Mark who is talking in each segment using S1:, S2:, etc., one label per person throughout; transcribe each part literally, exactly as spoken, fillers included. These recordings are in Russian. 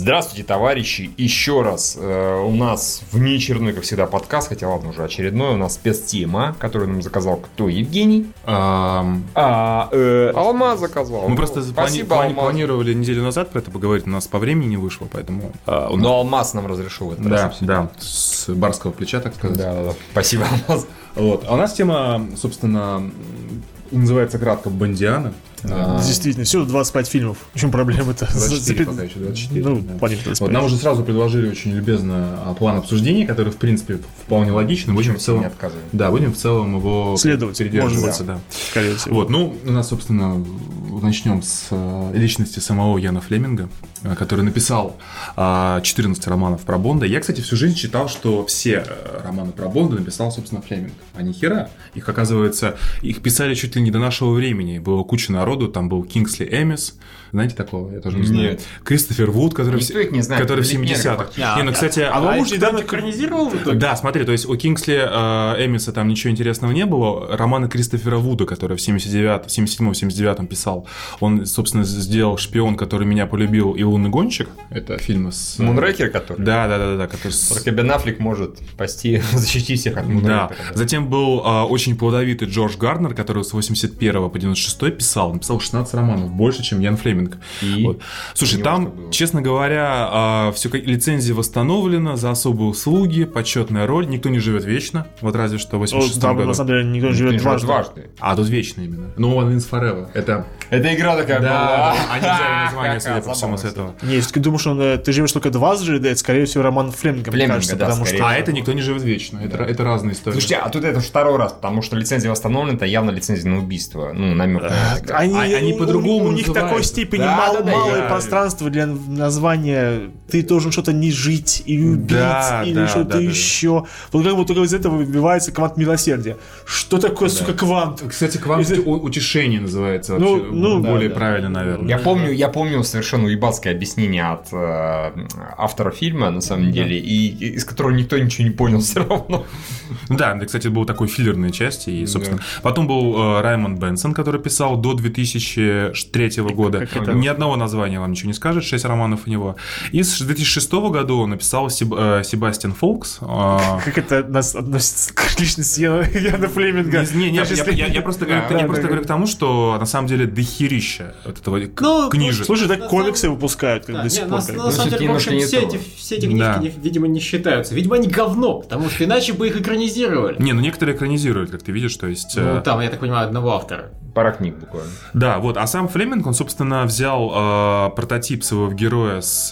S1: Здравствуйте, товарищи, еще раз. Э, у нас внеочередной, как всегда, подкаст, хотя ладно, уже очередной. У нас спецтема, которую нам заказал кто? Евгений?
S2: А,
S1: а э, Алмаз заказал.
S2: Мы просто
S1: Спасибо,
S2: плани-
S1: Алмаз.
S2: планировали неделю назад про это поговорить, у нас по времени не вышло, поэтому... А, у нас...
S1: Но Алмаз нам разрешил это.
S2: Да, да, с барского плеча, так сказать.
S1: Да, да, да. Спасибо, Алмаз.
S2: Вот. А у нас тема, собственно, называется кратко «Бондиана».
S3: А... Действительно, всего двадцать пять фильмов. В чем проблема-то?
S2: двадцать четыре пока еще, двадцать четыре.
S3: Ну,
S2: да.
S3: понятно.
S2: Вот, нам уже сразу предложили очень любезно план обсуждения, который, в принципе, вполне логичный. Будем в целом,
S1: не отказываем.
S2: да, будем в целом его
S3: следовать,
S2: придерживаться. Да.
S3: Скорее всего.
S2: Вот, ну, у нас, собственно, начнем с личности самого Яна Флеминга, который написал четырнадцать романов про Бонда. Я, кстати, всю жизнь читал, что все романы про Бонда написал, собственно, Флеминг. А ни хера. Их, оказывается, их писали чуть ли не до нашего времени. Было куча народу. Там был Кингсли Эмис. Знаете такого? Я тоже не знаю.
S1: Нет.
S2: Кристофер Вуд, который,
S1: Никто их не знает,
S2: который в семидесятых.
S1: А,
S2: не, ну, кстати,
S3: а,
S2: а,
S3: а
S2: уж
S3: недавно экранизировал в итоге?
S2: Да, смотри, то есть у Кингсли э, Эмиса там ничего интересного не было. Романы Кристофера Вуда, который в семьдесят девятом, семьдесят седьмом семьдесят девятом писал, он, собственно, сделал «Шпион, который меня полюбил» и «Лунный гонщик». Это фильмы с...
S1: Мунрекер, который?
S2: Да, да, да, да. Который с...
S1: Бен Аффлек может спасти, защитить всех от Мунрекера.
S2: Да. Затем был э, очень плодовитый Джордж Гарднер, который с восемьдесят первого по девяносто шестой писал. Написал шестнадцать романов, больше, чем Ян Флеминг.
S1: И...
S2: Вот. Слушай, там, честно говоря, э, все лицензия восстановлена за особые услуги, почетная роль. Никто не живет вечно. Вот разве что в восемьдесят шестом
S3: там,
S2: году.
S3: на самом деле, никто не живет дважды.
S1: дважды.
S2: А тут вечно именно. No One Wins Forever. Это...
S1: Это игра такая
S2: да,
S1: была.
S2: Да, они взяли название, судя по всему, с этого.
S3: Не, если ты думаешь, что ты живешь только дважды, да, это, скорее всего, роман Флеминга, мне
S1: Флеминга,
S3: кажется,
S1: да,
S3: потому
S1: скорее.
S3: что...
S2: А это никто не живет вечно. Это, да. это разные истории.
S1: Слушайте, а тут это второй раз, потому что лицензия восстановлена, это явно лицензия на убийство. Ну, намек на это.
S3: Они,
S2: А, они
S3: у,
S2: по-другому
S3: у них
S2: называют.
S3: такой степени
S1: Да,
S3: мал,
S1: да, да,
S3: малое
S2: я-
S3: пространство для названия. Ты должен что-то не жить или убить,
S2: Да,
S3: или
S2: да,
S3: что-то
S2: да, да.
S3: еще. Вот как бы только из этого выбивается квант милосердия. Что такое,
S2: Да.
S3: сука, квант?
S2: Кстати, квант
S3: Из-
S2: у- утешение называется
S3: Ну,
S2: вообще.
S3: ну,
S2: более
S1: да, да.
S2: правильно, наверное.
S1: Я помню, я помню совершенно уебатское объяснение от э, автора фильма, на самом деле, и из которого никто ничего не понял все равно.
S2: Да, это, кстати, был такой филлерной части. И, собственно, потом был э, Раймонд Бенсон, который писал до две тысячи третьего года.
S3: как это?
S2: Ни одного названия вам ничего не скажет, шесть романов у него. И с две тысячи шестого года он написал Себ- э, Себастьян Фолкс. э,
S3: Как это нас относится к личности Яна, Яна Флеминга?
S2: Не, не,
S3: Даже
S2: я,
S3: если-
S2: я- я просто, говорю,
S3: Да,
S2: я
S3: да,
S2: просто
S3: да.
S2: говорю к тому, что на самом деле дохерища от этого к-
S3: Ну,
S2: книжек.
S3: слушай, так
S4: На
S3: комиксы
S4: самом-
S3: выпускают как
S4: Да,
S3: до
S4: не,
S3: сих
S4: на,
S3: пор. как
S4: на
S3: бы.
S4: самом деле, в
S1: немножко
S4: общем,
S1: не
S4: все
S1: то.
S4: эти, все эти книжки,
S2: Да.
S4: не- видимо, не считаются. Видимо, они говно, потому что иначе бы их экранизировали.
S2: Не, ну некоторые экранизируют, как ты видишь, то есть...
S4: Ну,
S2: э,
S4: там, я так понимаю, одного автора.
S1: Пара книг буквально.
S2: Да, вот, а сам Флеминг, он, собственно, взял э, прототип своего героя с,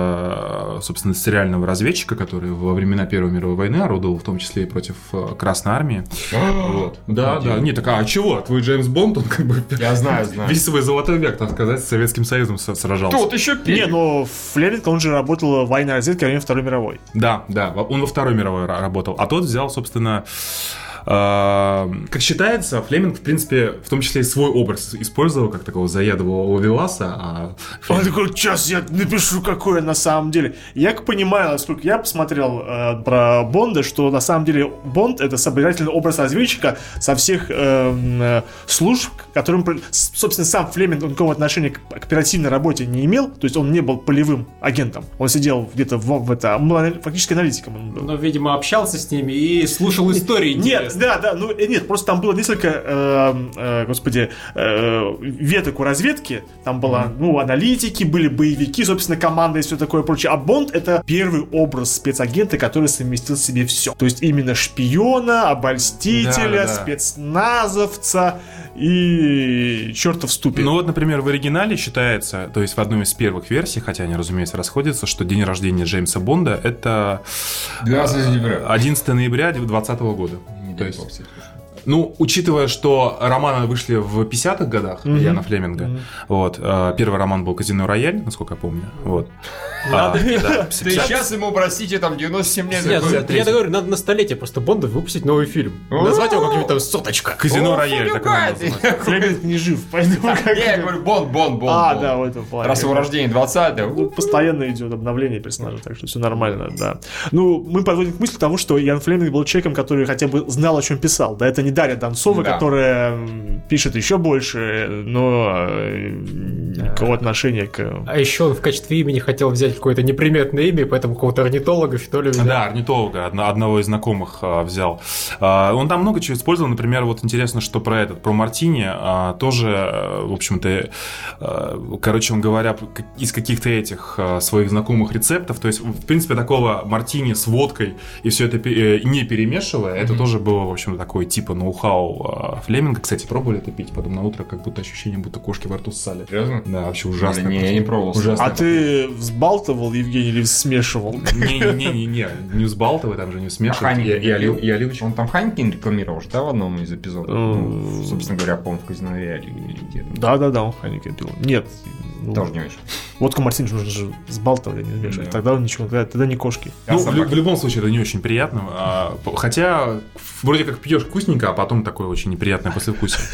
S2: э, собственно, с реального разведчика, который во времена Первой мировой войны орудовал, в том числе и против э, Красной армии. Вот. Да, да, не, так, а чего? Твой Джеймс Бонд, он как бы
S1: Я знаю, знаю.
S2: весь свой золотой век, так сказать, с Советским Союзом с- сражался.
S1: Тут еще
S3: Не,
S1: пень.
S3: но Флеминг, он же работал в военной разведке во время Второй мировой.
S2: Да, да, он во Второй мировой ра- работал, а тот взял, собственно... э, как считается, Флеминг, в принципе, в том числе и свой образ использовал, как такого заядлого ловеласа, а
S3: Он такой, сейчас я напишу, какое на самом деле. Я как понимаю, насколько я посмотрел э, про Бонда, что на самом деле Бонд — это собирательный образ разведчика со всех э, э, служб, которым, с- собственно, сам Флеминг никакого отношения к к оперативной работе не имел, то есть он не был полевым агентом. Он сидел где-то в, в это, он был анали- фактически аналитиком. Он был.
S4: Но, видимо, общался с ними и слушал истории
S3: Нет,
S4: интересные.
S3: да, да, ну э, нет, просто там было несколько, э, э, господи, э, веток у разведки. Там была, ну, аналитики, были боевики, собственно, команда и все такое прочее. А Бонд — это первый образ спецагента, который совместил в себе все. То есть именно шпиона, обольстителя,
S2: Да, да.
S3: спецназовца и черта в ступе.
S2: Ну вот, например, в оригинале считается, то есть в одной из первых версий, хотя они, разумеется, расходятся, что день рождения Джеймса Бонда — это
S1: двенадцатого сентября.
S2: одиннадцатого ноября двадцатого года. То есть, ну, учитывая, что романы вышли в пятидесятых годах
S3: Мгм.
S2: Яна Флеминга, вот, э, первый роман был «Казино Рояль», насколько я помню, вот. А, да,
S1: Да
S2: пятьдесят-
S1: сейчас ему, простите, там девяносто семь лет.
S4: Нет,
S1: такой.
S4: я говорю, надо на столетие просто Бонда выпустить новый фильм. Назвать его как-нибудь там «Соточка».
S2: «Казино
S1: О,
S2: Рояль», так его
S1: фугати.
S2: называют.
S3: Флеминг не жив, поэтому как...
S1: Не, я говорю, Бонд, Бонд, Бонд.
S3: А,
S1: Бонд.
S3: да, в этом плане.
S1: Раз его рождение двадцатое.
S3: Ну, постоянно идет обновление персонажа, так что все нормально, да. Ну, мы подводим к мысли того, что Ян Флеминг был человеком, который хотя бы знал, о чем писал. Да, это не Дарья Донцова,
S1: Да.
S3: которая м, пишет еще больше, но э, никакого отношения к...
S4: А еще он в качестве имени хотел взять какое-то неприметное имя, поэтому какого-то орнитолога, что ли, взял.
S2: Да, орнитолога, одно- одного из знакомых а, взял. А, он там много чего использовал. Например, вот интересно, что про этот, про мартини, а, тоже, а, в общем-то, а, короче говоря, к- из каких-то этих а, своих знакомых рецептов, то есть, в принципе, такого мартини с водкой и все это пе- э, не перемешивая, это тоже было, в общем, такое типа ноу-хау а, Флеминга. Кстати, пробовали это пить? Потом на утро как будто ощущение, будто кошки во рту ссали.
S1: Серьезно?
S2: Да, вообще ужасно.
S1: Не, я не пробовал.
S2: Ужасно.
S3: А ты взбалтывал, Евгений, или смешивал?
S2: Не-не-не, не взбалтывай, там же не смешивай.
S1: Хайнекен
S2: И, и, олив- и оливочку.
S1: Он там Хайнекен рекламировал же, да, в одном из эпизодов? Ну, собственно говоря, по-моему, в Казино Рояле или где-то.
S3: Да-да-да, он Хайнекен пил. Нет. ну,
S1: Тоже не очень.
S3: Водку мартини нужно же взбалтывать, а не смешивать.
S1: Да.
S3: Тогда ничего, тогда, тогда не кошки.
S2: Ну,
S1: Я
S2: в, лю-
S1: собак-
S2: в любом случае, это не очень приятно. а, по- хотя, вроде как пьешь вкусненько, а потом такое очень неприятное послевкусие.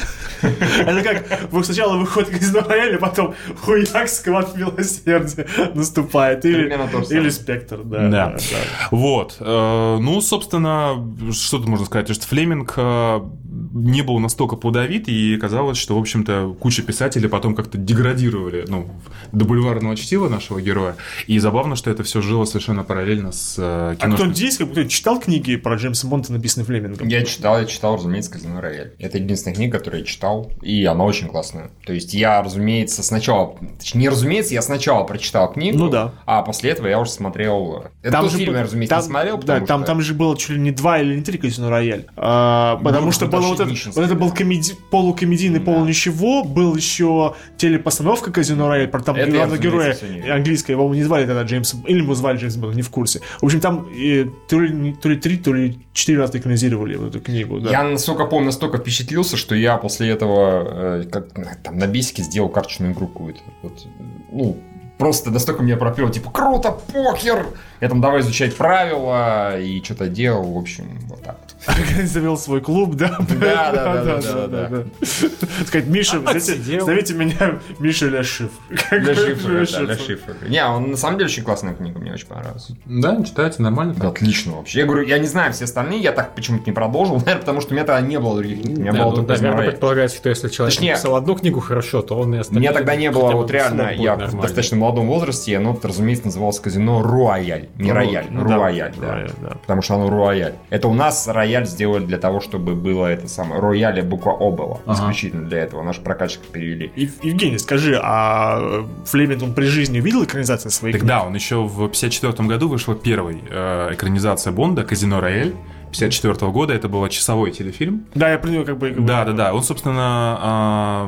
S3: Это как вы сначала выходит Казино Рояль, а потом хуяк, сквад милосердия наступает. Или,
S1: Примерно то же самое.
S3: или спектр, да.
S2: Да.
S3: да, да.
S2: Вот. э, Ну, собственно, что тут можно сказать? Что Флеминг э, не был настолько плодовит, и казалось, что, в общем-то, куча писателей потом как-то деградировали, ну, до бульварного чтива нашего героя. И забавно, что это все жило совершенно параллельно с э,
S3: А
S2: киношным.
S3: кто-нибудь здесь, как кто читал книги про Джеймса Бонда, написанные Флемингом?
S1: Я читал, я читал, разумеется, Казино Рояль. Это единственная книга, которую я читал, и она очень классная. То есть я, разумеется, сначала... Точнее, не разумеется, я сначала прочитал книгу,
S3: Ну да.
S1: а после этого я уже смотрел... Это тот фильм,
S3: б-
S1: я, разумеется,
S3: там,
S1: не смотрел,
S3: да,
S1: потому
S3: там,
S1: что...
S3: там же было чуть ли не два или не три Казино Рояль. А, потому
S1: Ну,
S3: что
S1: это
S3: было вот это,
S1: Нищенское.
S3: вот это был комеди, полукомедийный,
S1: Да.
S3: полуничего, был еще телепостановка Казино Рояль, про там
S1: Это я,
S3: главного героя
S1: разумеется, всё не видел.
S3: английского, его не звали тогда Джеймс, или его звали Джеймс Бонд, не в курсе. В общем, там э, то, ли, не- то ли три, то ли четыре раза экранизировали вот эту книгу. Да.
S1: Я, насколько помню, настолько впечатлился, что я после этого э, как, там, на бейсике сделал карточную игру какую-то. Вот, ну, просто настолько меня пропело, типа, круто, покер! Я там давай изучать правила и что-то делал, в общем, вот так вот.
S3: Завел свой клуб, да?
S1: Да, да, да, да, да, да.
S3: Сказать, Миша, зовите,
S4: Отсидел.
S3: зовите меня Миша Ля Шифр.
S1: Для шифра,
S3: Шифр.
S1: да, для шифра. Не, он на самом деле очень классная книга, мне очень понравилась.
S2: Да, читается нормально.
S1: Да, отлично вообще. Я говорю, я не знаю все остальные, я так почему-то не продолжил, наверное, потому что у меня тогда не было других книг, у меня
S4: Да,
S1: было
S4: ну,
S1: только Казино
S4: наверное,
S1: Рояль.
S4: предполагается, что если человек
S1: Точнее,
S4: написал одну книгу хорошо, то он и
S1: У
S4: остальные...
S1: меня тогда не было,
S4: хотя бы
S1: вот реально,
S4: смог будет
S1: я в
S4: нормально.
S1: достаточно молодом возрасте, и оно, разумеется, называлось Казино Рояль. Не Рояль,
S3: Ну, да,
S1: Рояль, да.
S3: Рояль, да.
S1: Потому что оно Рояль. Это у нас Рояль сделали для того, чтобы было это самое. Рояль, буква О была.
S2: Ага.
S1: Исключительно для этого. Наши прокачки перевели.
S3: Ев- Евгений, скажи, а Флеминг он при жизни видел экранизацию своей
S2: Так
S3: книги?
S2: да, он еще в пятьдесят четвёртом году вышла первая э, экранизация Бонда «Казино Рояль». пятьдесят четвёртого года это был часовой телефильм.
S3: Да, я про него как бы и говорю.
S2: Да, да, да. Он, собственно, а,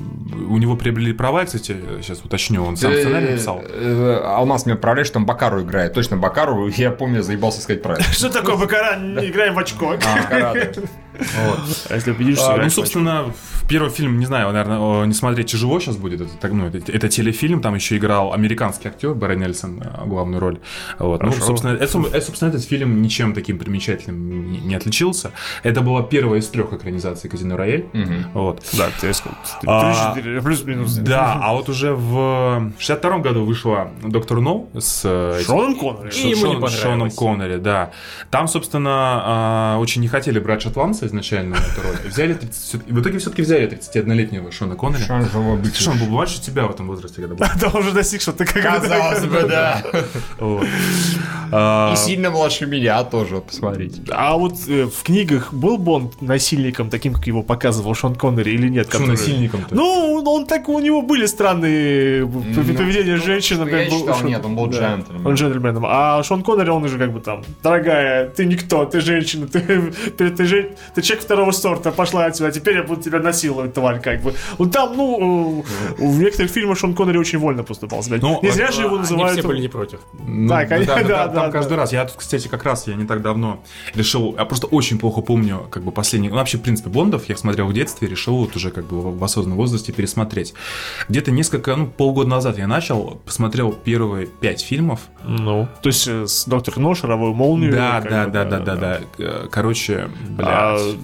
S2: у него приобрели права, кстати, сейчас уточню, он сам сценарий написал.
S1: Э, А у нас меня отправляешь, там Бакару играет. Точно Бакару. Я помню, я заебался сказать правильно.
S3: Что такое Бакара? Не играем в очко.
S1: Бакара, да. Вот.
S3: А если убедишься,
S2: А, ну,
S3: играешь в очко?
S2: собственно, в первый фильм, не знаю, наверное, о, не смотреть тяжело сейчас будет. Это, так, ну, это, это телефильм, там еще играл американский актер Барри Нельсон э, главную роль. Вот. Ну,
S3: Хорошо.
S2: собственно, это, э, собственно, этот фильм ничем таким примечательным не, не отличился. Это была первая из трех экранизаций «Казино Рояль».
S1: Мгм.
S2: Вот.
S3: Да, ты сказал.
S2: А,
S3: три-четыре, плюс-минус.
S2: Да, а вот уже в шестьдесят втором году вышла «Доктор Ноу» с э,
S3: Шоном Коннери.
S4: И ему не
S2: Шон-
S4: понравилось.
S2: Шоном Коннери, да. Там, собственно, а, очень не хотели брать шотландца изначально на эту роль. Взяли тридцать В итоге все-таки взяли тридцатиоднолетнего Шона Коннери.
S1: Шон было быть.
S2: Шон был младше тебя в этом возрасте, когда был.
S3: Да, он уже достиг, что ты как
S1: Казалось бы, да.
S2: Вот. А,
S1: И сильно младше меня тоже, вот посмотрите.
S3: А вот э, в книгах был Бонд насильником, таким, как его показывал Шон Коннери, или нет?
S2: Почему
S3: который-
S2: насильником-то?
S3: Ну, он, он так, у него были странные п- поведения
S1: ну,
S3: женщин.
S1: что
S3: например,
S1: я
S3: был
S1: читал,
S3: Шон-
S1: нет, он был
S3: да,
S1: джентльменом.
S3: Он джентльменом. А Шон Коннери, он уже как бы там, дорогая, ты никто, ты женщина, ты, ты, ты, жен- ты человек второго сорта, пошла отсюда, а теперь я буду тебя насиловать, тварь, как бы. Вот там, ну, э, в некоторых фильмах Шон Коннери очень вольно поступал. себя.
S2: Ну,
S3: Не зря же его
S4: Они
S3: называют...
S4: все были не против.
S2: Ну,
S3: Да, конечно,
S2: там-
S3: да,
S2: там
S3: да,
S2: каждый
S3: да.
S2: раз. Я тут, кстати, как раз я не так давно решил. Я просто очень плохо помню, как бы последний. Ну, вообще, в принципе, Бондов я их смотрел в детстве, решил вот уже как бы в осознанном возрасте пересмотреть. Где-то несколько, ну, полгода назад я начал, посмотрел первые пять фильмов.
S3: Ну, то есть э, с Доктор Но, Шаровую молнию.
S2: Да,
S3: как
S2: да,
S3: бы,
S2: да, да, да, да. Э, Короче,
S3: А,
S2: бля.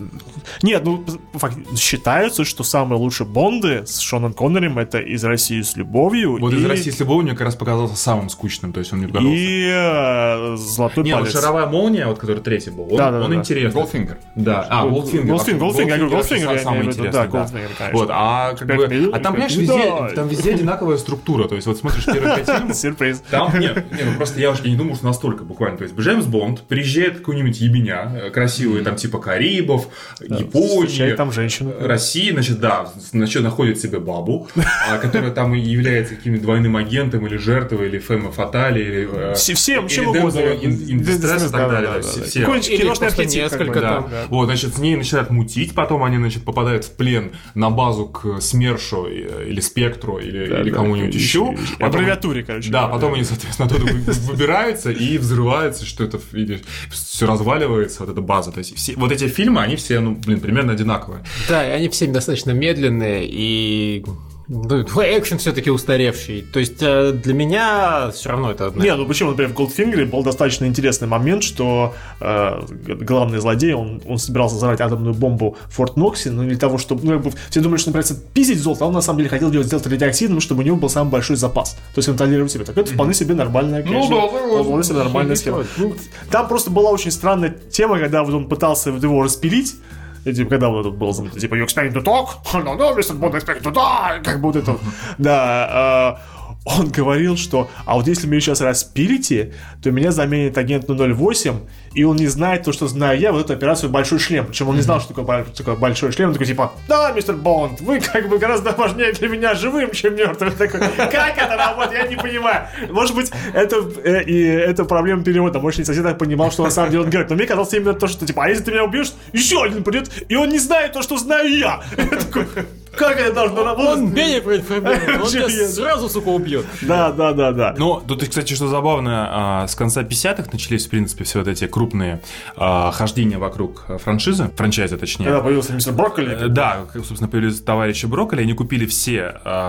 S3: Нет, ну, факт, считается, что самые лучшие Бонды с Шоном Коннером это «Из России с любовью».
S2: Вот
S3: и...
S2: «Из России с любовью» мне как раз показался самым скучным, то есть он не угадался.
S3: И э, «Золотой
S2: не,
S3: палец».
S2: Не, ну «Шаровая молния», вот который третий был, он,
S3: да, да,
S2: он
S3: да.
S2: интересный.
S1: Goldfinger.
S2: Да, а, Goldfinger.
S3: Goldfinger, Goldfinger, я говорю, Goldfinger,
S2: самый интересный, да.
S3: Goldfinger,
S2: Вот, а, как бы, а там, понимаешь, везде, там везде одинаковая структура, то есть вот смотришь первые пять фильмов.
S3: Сюрприз.
S2: Там, нет, нет, ну просто я уже не думаю, что настолько буквально, то есть Джеймс Бонд приезжает какой-нибудь ебеня, красивый, там типа Карибов, Япония,
S3: там женщину.
S2: Россия, значит, да, значит, находит себе бабу, которая там является каким-то двойным агентом или жертвой, или фэма фатали, или...
S3: Всем, чем угодно.
S2: Инвестресс и так далее.
S3: Киношный архетип.
S4: Несколько там.
S2: Вот, значит, с ней начинают мутить, потом они, значит, попадают в плен на базу к СМЕРШу или Спектру, или кому-нибудь еще.
S3: Аббревиатуре, короче.
S2: Да, потом они, соответственно, оттуда выбираются и взрываются, что это все разваливается, вот эта база. То есть все, вот эти фильмы, они все, ну, блин, примерно одинаковые.
S4: Да, и они все достаточно медленные, и ну, экшен все-таки устаревший. То есть для меня все равно это...
S3: Не, ну почему, например, в Goldfinger был достаточно интересный момент, что э, главный злодей, он, он собирался взорвать атомную бомбу в Форт Ноксе, но не для того, чтобы... Ну, все думали, что он нравится пиздить золото, а он на самом деле хотел делать, сделать радиоактивным, чтобы у него был самый большой запас. То есть контролировать себя. Так это вполне себе нормальная, конечно,
S1: ну, да,
S3: вполне себе нормальная схема. Там просто была очень странная тема, когда вот он пытался его распилить. И, типа, когда вот тут был, типа, you expect to talk? No, no, Mister Bond expect to die. Как бы вот это, да, э, он говорил, что, а вот если меня сейчас распилите, то меня заменит агент ноль восемь, и он не знает то, что знаю я, вот эту операцию «Большой шлем». Причем он не знал, что такое, такое «Большой шлем». Он такой, типа, да, мистер Бонд, вы как бы гораздо важнее для меня живым, чем мертвым. Такой, как это работает, я не понимаю. Может быть, это, э, и это проблема перевода. Может, не совсем так понимал, что на самом деле он говорит. Но мне казалось именно то, что, типа, а если ты меня убьешь, еще один придет, и он не знает то, что знаю я. Как это должно работать?
S4: Он меня проинформировал, он тебя сразу, сука, убьет.
S3: Да, да, да, да.
S2: Но тут, кстати, что забавно, с конца пятидесятых начались, в принципе, все вот эти крупные хождения вокруг франшизы, франчайза, точнее.
S3: Когда появился мистер Брокколи.
S2: Да, собственно, появились товарищи Брокколи, они купили все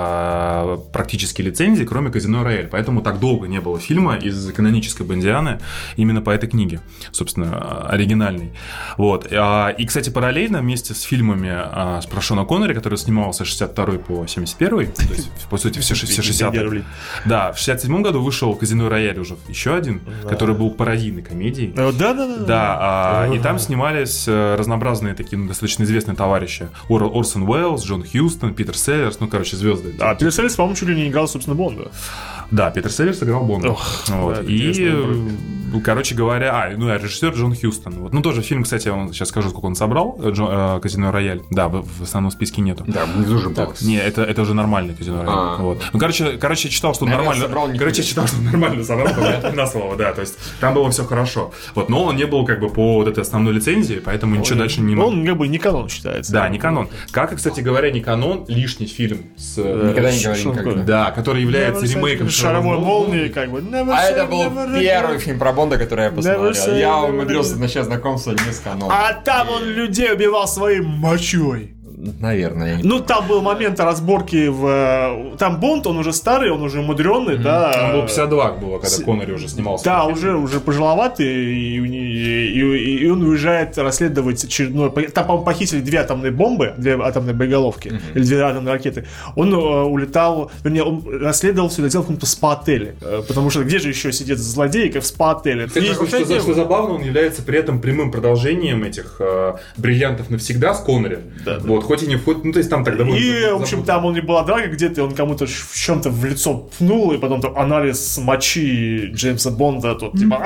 S2: практически лицензии, кроме «Казино Рояль», поэтому так долго не было фильма из канонической Бондианы именно по этой книге, собственно, оригинальной. Вот. И, кстати, параллельно вместе с фильмами про Шона Коннери, который снимался с шестьдесят второй по семьдесят первый, то есть, по сути, все, все шестидесятые. Да, в шестьдесят седьмом году вышел «Казино Рояль» уже еще один, да. который был пародийной комедией.
S3: Да, да, да.
S2: Да, а, и там снимались разнообразные такие, ну, достаточно известные товарищи. Ор, Орсон Уэллс, Джон Хьюстон, Питер Селлерс, ну, короче, звезды.
S3: А Питер Селлерс, по-моему, чуть ли не играл, собственно, Бонда.
S2: Да, Питер Селлерс играл Бонда.
S3: Ох,
S2: вот.
S3: Да,
S2: и, короче говоря, а, ну, а режиссер Джон Хьюстон. Вот. Ну, тоже фильм, кстати, он, сейчас скажу, сколько он собрал, Джон, э, «Казино Рояль». Да, в, в основном списке нету.
S1: Да, внизу же был.
S2: Не, это, это уже нормальный «Казино Рояль». Вот. Ну, короче, короче, я читал, что он нормально...
S1: Собрал,
S2: короче, я читал, что он нормально собрал, на слово, да, то есть там было все хорошо. Вот, но он не был как бы по вот этой основной лицензии, поэтому ничего дальше не мог.
S3: Он как бы не канон считается.
S2: Да, не канон. Как и, кстати говоря, не канон, лишний фильм с...
S1: Никогда не говори никогда.
S2: Да, который является ремейком
S3: «Шаровой молнии», как бы.
S1: А это был первый фильм про Бонда, который я посмотрел. Я умудрился начать знакомство не с каноном.
S3: А там он людей убивал своей мочой.
S1: Наверное.
S3: Ну, там был момент разборки в... Там Бонд, он уже старый, он уже мудренный, mm-hmm. да.
S2: Там был пятьдесят два было, когда С... Коннери уже снимался.
S3: Да, уже, уже пожиловатый, и, и, и, и он уезжает расследовать очередной... Там, по-моему, похитили две атомные бомбы, две атомные боеголовки, mm-hmm. или две атомные ракеты. Он э, улетал... Вернее, он расследовал все это дело в каком-то спа-отеле. Э, потому что где же еще сидит злодей, как в спа-отеле?
S2: Кстати, что, что, что забавно, он является при этом прямым продолжением этих э, «Бриллиантов навсегда» с Коннери. Да, вот, да. Хоть и не входит, ну то есть там тогда...
S3: И, в общем, там он не была драка где-то, и он кому-то в чем-то в лицо пнул, и потом там анализ мочи Джеймса Бонда, тут типа...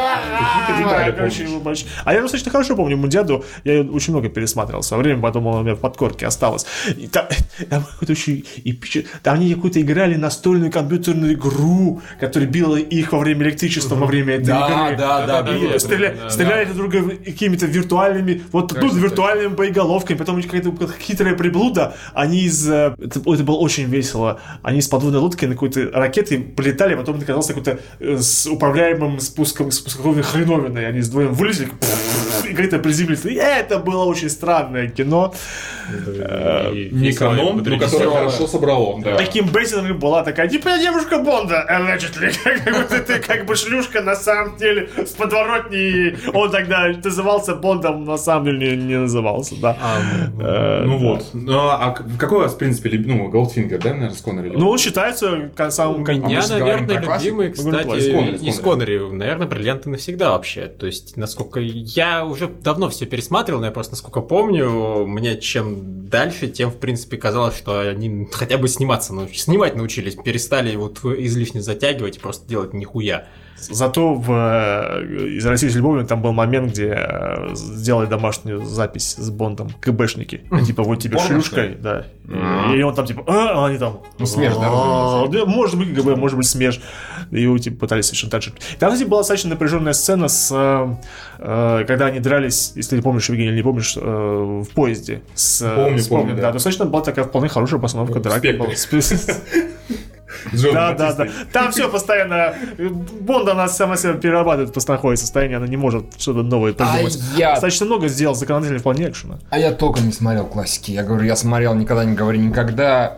S3: А я достаточно хорошо помню ему дяду, я ее очень много пересматривал со временем, потом он у меня в подкорке осталось. И там, там какой-то очень эпичный... Там они какую-то играли настольную компьютерную игру, которая била их во время электричества, во время этой игры.
S1: Да, да, да.
S3: И стреляли друг друга какими-то виртуальными, вот тут виртуальными боеголовками, потом какая-то хитрая приблуда, они из... Это, это было очень весело. Они из подводной лодки на какой-то ракеты полетали, потом это оказалось какой-то с управляемым спуском, спусковой хреновиной. Они с двоем вылезли, и как-то приземлиться. И это было очень странное кино.
S2: Не эконом, но которое хорошо собрало.
S3: Таким Бессингтоном была такая, типа, девушка Бонда, allegedly. Как будто ты как бы шлюшка на самом деле с подворотней. Он тогда назывался Бондом, на самом деле не назывался, да.
S2: Ну вот. А какой у вас, в принципе, ну, Голдфингер, да, наверное, с Коннери?
S3: Ну, он считается самым...
S4: У меня, наверное, любимый, кстати, из Коннери, наверное, «Бриллианты навсегда» вообще. То есть, насколько... Я уже давно все пересматривал, но я просто, насколько помню, мне чем дальше, тем, в принципе, казалось, что они хотя бы сниматься научились, снимать научились, перестали вот излишне затягивать и просто делать нихуя.
S3: Зато в, из «России с любовью» там был момент, где сделали домашнюю запись с Бондом КБшники. Типа, вот тебе шлюшкой, да. И он там типа, а, они там...
S1: Ну, смеж, да?
S3: Может быть, ГБ, может быть, смеж. И его типа пытались совершенно так же. Там, кстати, была достаточно напряженная сцена с... Когда они дрались, если ты помнишь, Евгений, или не помнишь, в поезде. С,
S2: помню,
S3: с
S2: помню, да.
S3: Да, достаточно была такая вполне хорошая постановка драки.
S2: Джон
S3: да, да, да. Там все постоянно. Бонд, она сама себя перерабатывает в плохое состояние, она не может что-то новое придумать.
S1: А я...
S3: Достаточно много сделал законодательно в плане экшена.
S1: А я только не смотрел классики. Я говорю, я смотрел «Никогда не говори никогда»,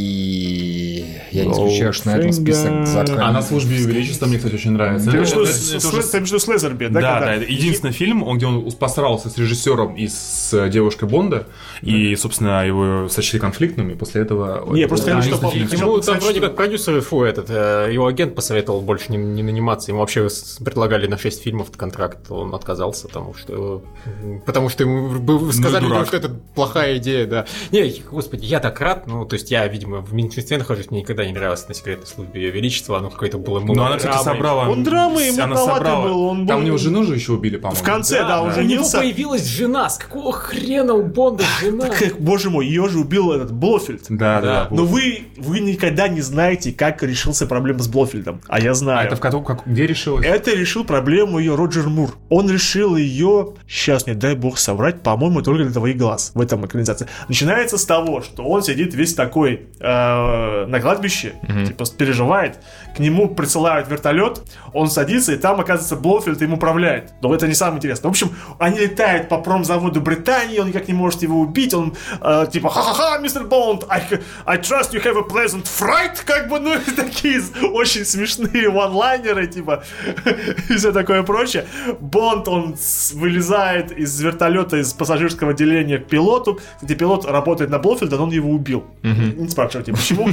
S1: и я не исключаю, что на этом список заканчивается.
S2: А «На службе Ее Величества» мне, кстати, очень нравится.
S3: Ты между с Лезерби, да?
S2: Да, да, это единственный фильм, где он посрался с режиссером и с девушкой Бонда, и, собственно, его сочли конфликтным, и после этого...
S3: Не, просто хотел, что...
S4: Ему там вроде как продюсер, фу, этот, его агент посоветовал больше не, не наниматься, ему вообще предлагали на шесть фильмов контракт, он отказался, потому что, потому что ему сказали, ну, что это плохая идея, да. Не, господи, я так рад, ну, то есть я, видимо, в меньшинстве нахожусь, мне никогда не нравилось «На секретной службе Ее Величества», оно какое-то было...
S2: Ну, она, кстати, собрала...
S3: Он драмы, ему
S2: она собрала...
S3: был, он был...
S2: Там у него жену же еще убили, по-моему.
S3: В конце, да, да он
S4: да.
S3: женился.
S4: У него появилась жена, с какого хрена у Бонда жена?
S3: Как, боже мой, ее же убил этот Блофельд.
S2: Да, да. да
S3: Но вы, вы никогда не знаете, как решился проблема с Блофельдом. А я знаю.
S2: А это в как, как, где решилось?
S3: Это решил проблему ее Роджер Мур. Он решил ее, сейчас не дай бог соврать, по-моему, только для твоих глаз в этом экранизации. Начинается с того, что он сидит весь такой э, на кладбище, mm-hmm. типа переживает. К нему присылают вертолет, он садится, и там, оказывается, Блофельд им управляет. Но это не самое интересное. В общем, они летают по промзаводу Британии, он никак не может его убить, он э, типа ха-ха-ха, мистер Бонд, I, I trust you have a pleasant fright, как бы, ну, такие очень смешные ванлайнеры, типа, и все такое прочее. Бонд, он вылезает из вертолета, из пассажирского отделения к пилоту, где пилот работает на Блофельда, но он его убил. Mm-hmm. Не спрашивайте, почему.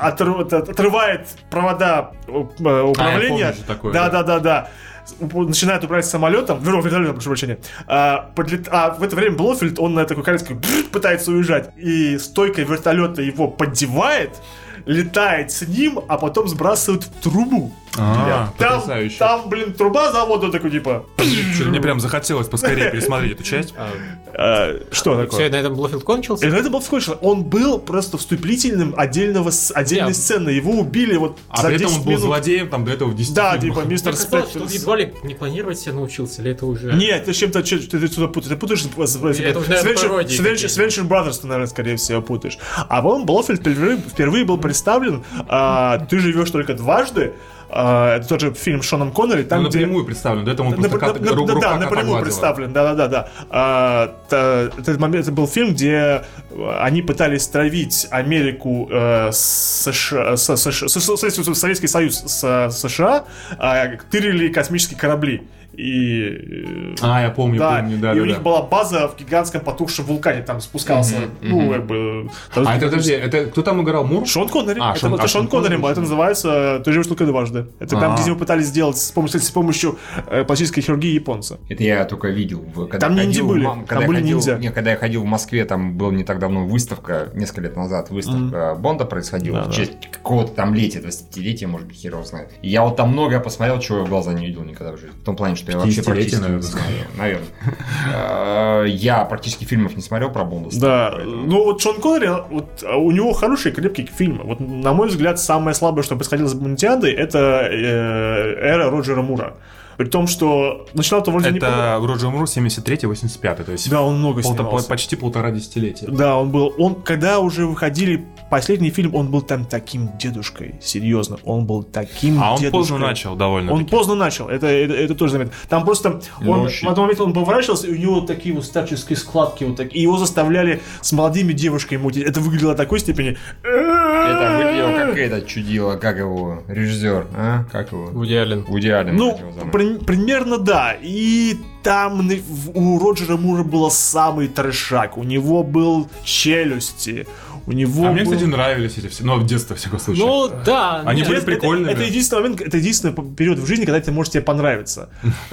S3: Отрывает провода управления.
S2: А,
S3: Да-да-да-да. Начинает управлять самолетом, вертолетом, прошу прощения. А, подлет... а в это время Блофельд, он на такой коляске пытается уезжать. И стойка вертолета его поддевает, летает с ним, а потом сбрасывает в трубу.
S2: А,
S3: там, там, блин, труба завода такой, типа...
S2: Мне прям захотелось поскорее пересмотреть эту часть.
S3: А, что такое?
S4: Все, на этом Блофельд кончился?
S3: И на этом Блофельд кончился. Он был просто вступительным отдельного, отдельной сцены. Его убили вот
S2: а за десять минут. А при этом он был минут. Злодеем там до этого в десяти
S3: Да,
S2: фильмах.
S3: типа мистер Спектр.
S4: Что едва ли не планировать себя научился, или это уже...
S3: Нет, ты чем-то ты сюда путаешь. Ты путаешь с Венчур Brothers, ты, наверное, скорее всего, путаешь. А вон Блофельд впервые, впервые был представлен а, «Ты живешь только дважды». Uh, это тот же фильм с Шоном Коннери. Там,
S2: ну,
S3: где...
S2: напрямую представлен, до этого он
S3: на,
S2: просто
S3: на, на,
S2: рука
S3: Да, напрямую представлен, да-да-да. Uh, та, этот момент, это был фильм, где они пытались травить Америку uh, с США, с, с, с, с, Советский Союз с США, uh, тырили космические корабли. И...
S2: А, я помню,
S3: да,
S2: помню, да,
S3: и
S2: да,
S3: у
S2: да.
S3: них была база в гигантском потухшем вулкане, там спускался, mm-hmm, ну, mm-hmm. как бы...
S2: А это, подожди, это кто там играл, Мур?
S3: Шон Коннери.
S2: А,
S3: это
S2: Шон,
S3: это
S2: а,
S3: Шон Коннери, Коннери, это называется «Ты живешь только дважды». Это А-а-а. Там, где его пытались сделать с помощью, с помощью э, пластической хирургии японца.
S1: Это я только видел. Когда
S3: там ниндзя были,
S1: в, когда
S3: там были
S1: ходил,
S3: ниндзя.
S1: Не, когда я ходил в Москве, там была не так давно выставка, несколько лет назад выставка mm-hmm. Бонда происходила, да, в честь да. какого-то там летия, двадцатилетия, может быть, хер его знает. И я вот там многое посмотрел, чего я в глаза не видел никогда в жизни. В том плане, что я вообще практически не смотрел. Наверное. Я практически фильмов не смотрел про Бонда.
S3: Да, ну вот Шон Коннери, вот, у него хорошие, крепкие фильмы. Вот, на мой взгляд, самое слабое, что происходило с Бондиадой, это эра Роджера Мура. При том, что начинал-то вроде
S2: это
S3: не...
S2: Это Роджер Мур семьдесят третий восемьдесят пятый, то есть
S3: да, он много
S2: пол-
S3: снимался.
S2: Почти полтора десятилетия.
S3: Да, Да, он был, он, когда уже выходили последний фильм, он был там таким дедушкой, серьезно, он был таким
S2: А он
S3: дедушкой.
S2: поздно начал довольно.
S3: Он поздно начал, это, это, это тоже заметно. Там просто, он,
S1: вообще.
S3: в одном моменте он поворачивался, и у него вот такие вот старческие складки, вот так, и его заставляли с молодыми девушками мутить. Это выглядело такой степени...
S1: Это выглядело как это чудило, как его, режиссер, а? Как его?
S4: Вуди Аллен.
S1: Вуди Аллен.
S3: Ну,
S1: как его зовут.
S3: при- примерно да. И там на- в- у Роджера Мура был самый трешак. У него был челюсти. У него
S2: А мне,
S3: был...
S2: кстати, нравились эти все. Ну, в детстве, в всяком случае.
S4: Ну, да.
S2: Они
S4: нет,
S2: были
S3: Это-
S2: прикольными.
S3: Это, это единственный момент, это единственный период в жизни, когда это может тебе понравиться.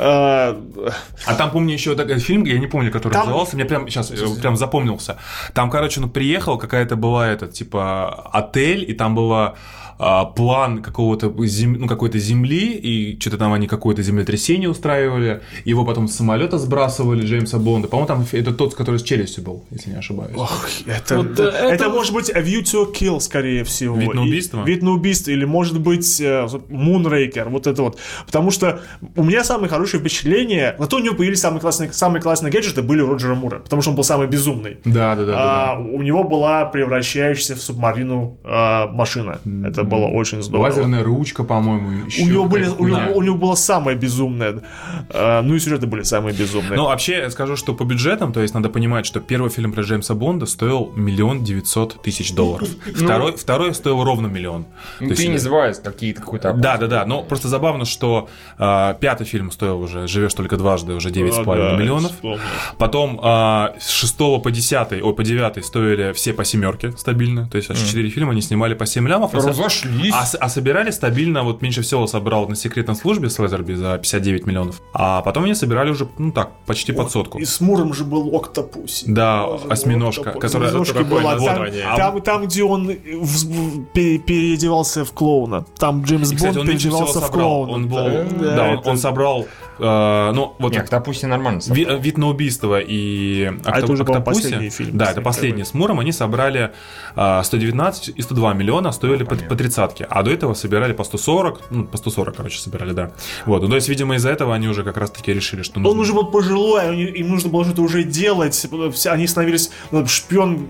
S3: А,
S2: А там, помню, еще такой фильм, я не помню, который
S3: Там-
S2: назывался, мне прям сейчас прям запомнился. Там, короче, ну, приехал, какая-то была, это, типа, отель, и там была а, план какого-то зем... ну, какой-то земли, и что-то там они какое-то землетрясение устраивали, его потом с самолета сбрасывали, Джеймса Бонда. По-моему, там это тот, который с челюстью был, если не ошибаюсь.
S3: ох, это,
S4: Вот,
S3: это,
S4: э, это-
S3: это может быть A View to a Kill, скорее всего.
S2: Вид на
S3: И-
S2: убийство?
S3: Вид на убийство. Или может быть э, Moonraker. Вот это вот. Потому что у меня самые хорошие впечатления. На то у него появились самые классные, самые классные гаджеты были у Роджера Мура. Потому что он был самый безумный.
S2: Да, да, да. да,
S3: А, у него была превращающаяся в субмарину а, машина. Это было очень
S2: да.
S3: здорово.
S2: Лазерная ручка, по-моему.
S3: У
S2: еще
S3: него, были,
S2: какая-то
S3: у, него,
S2: хуйня.
S3: у него было самое безумное. А, ну и сюжеты были самые безумные.
S2: Ну, вообще, я скажу, что по бюджетам, то есть надо понимать, что первый фильм про Джеймса Бонда стоил миллион девятьсот тысяч долларов. Второй, второй стоил ровно миллион.
S1: Ну,
S2: То
S1: ты
S2: есть-
S1: не забывай какие-то какой-то...
S2: Да, да, да. Но просто забавно, что э, пятый фильм стоил уже «Живешь только дважды» уже девять с половиной
S3: А, да,
S2: миллионов.
S3: вспомнил.
S2: Потом э, с шестого по десятый, ой, по девятый стоили все по семерке стабильно. То есть аж четыре фильма они снимали по семь лямов. а со-
S1: Разошлись.
S2: А, с- а собирали стабильно, вот меньше всего собрал на секретной службе с Лазерби за пятьдесят девять миллионов. А потом они собирали уже, ну так, почти под сотку.
S3: И с Муром же был Октопуси.
S2: Да,
S3: Боже мой,
S2: осьминожка,
S3: Октопус.
S2: которая-
S3: Осьминожка
S4: Такое
S3: была. Там,
S4: название.
S3: там, там, где он в- пере- переодевался в клоуна. Там Джеймс
S2: И, кстати,
S3: Бонд
S2: он меньше всего
S3: переодевался в
S2: собрал.
S3: клоуна.
S2: Он был,
S3: Да,
S2: да, он,
S3: это-
S2: он собрал, э, ну, вот
S1: Нет, Октопуси нормально.
S2: Ви- вид на убийство и
S3: А это уже, по-моему,
S2: Октопуси,
S3: последний фильм,
S2: да,
S3: кстати,
S2: это последний с Муром, они собрали а, сто девятнадцать и сто два миллиона, стоили по, по тридцатке, а до этого собирали по сто сорок, ну, по сто сорок, короче, собирали, да. Вот, ну, то есть, видимо, из-за этого они уже как раз-таки решили, что нужно...
S3: Он уже был пожилой, они- им нужно было что-то уже делать. Все- Они становились ну, шпион,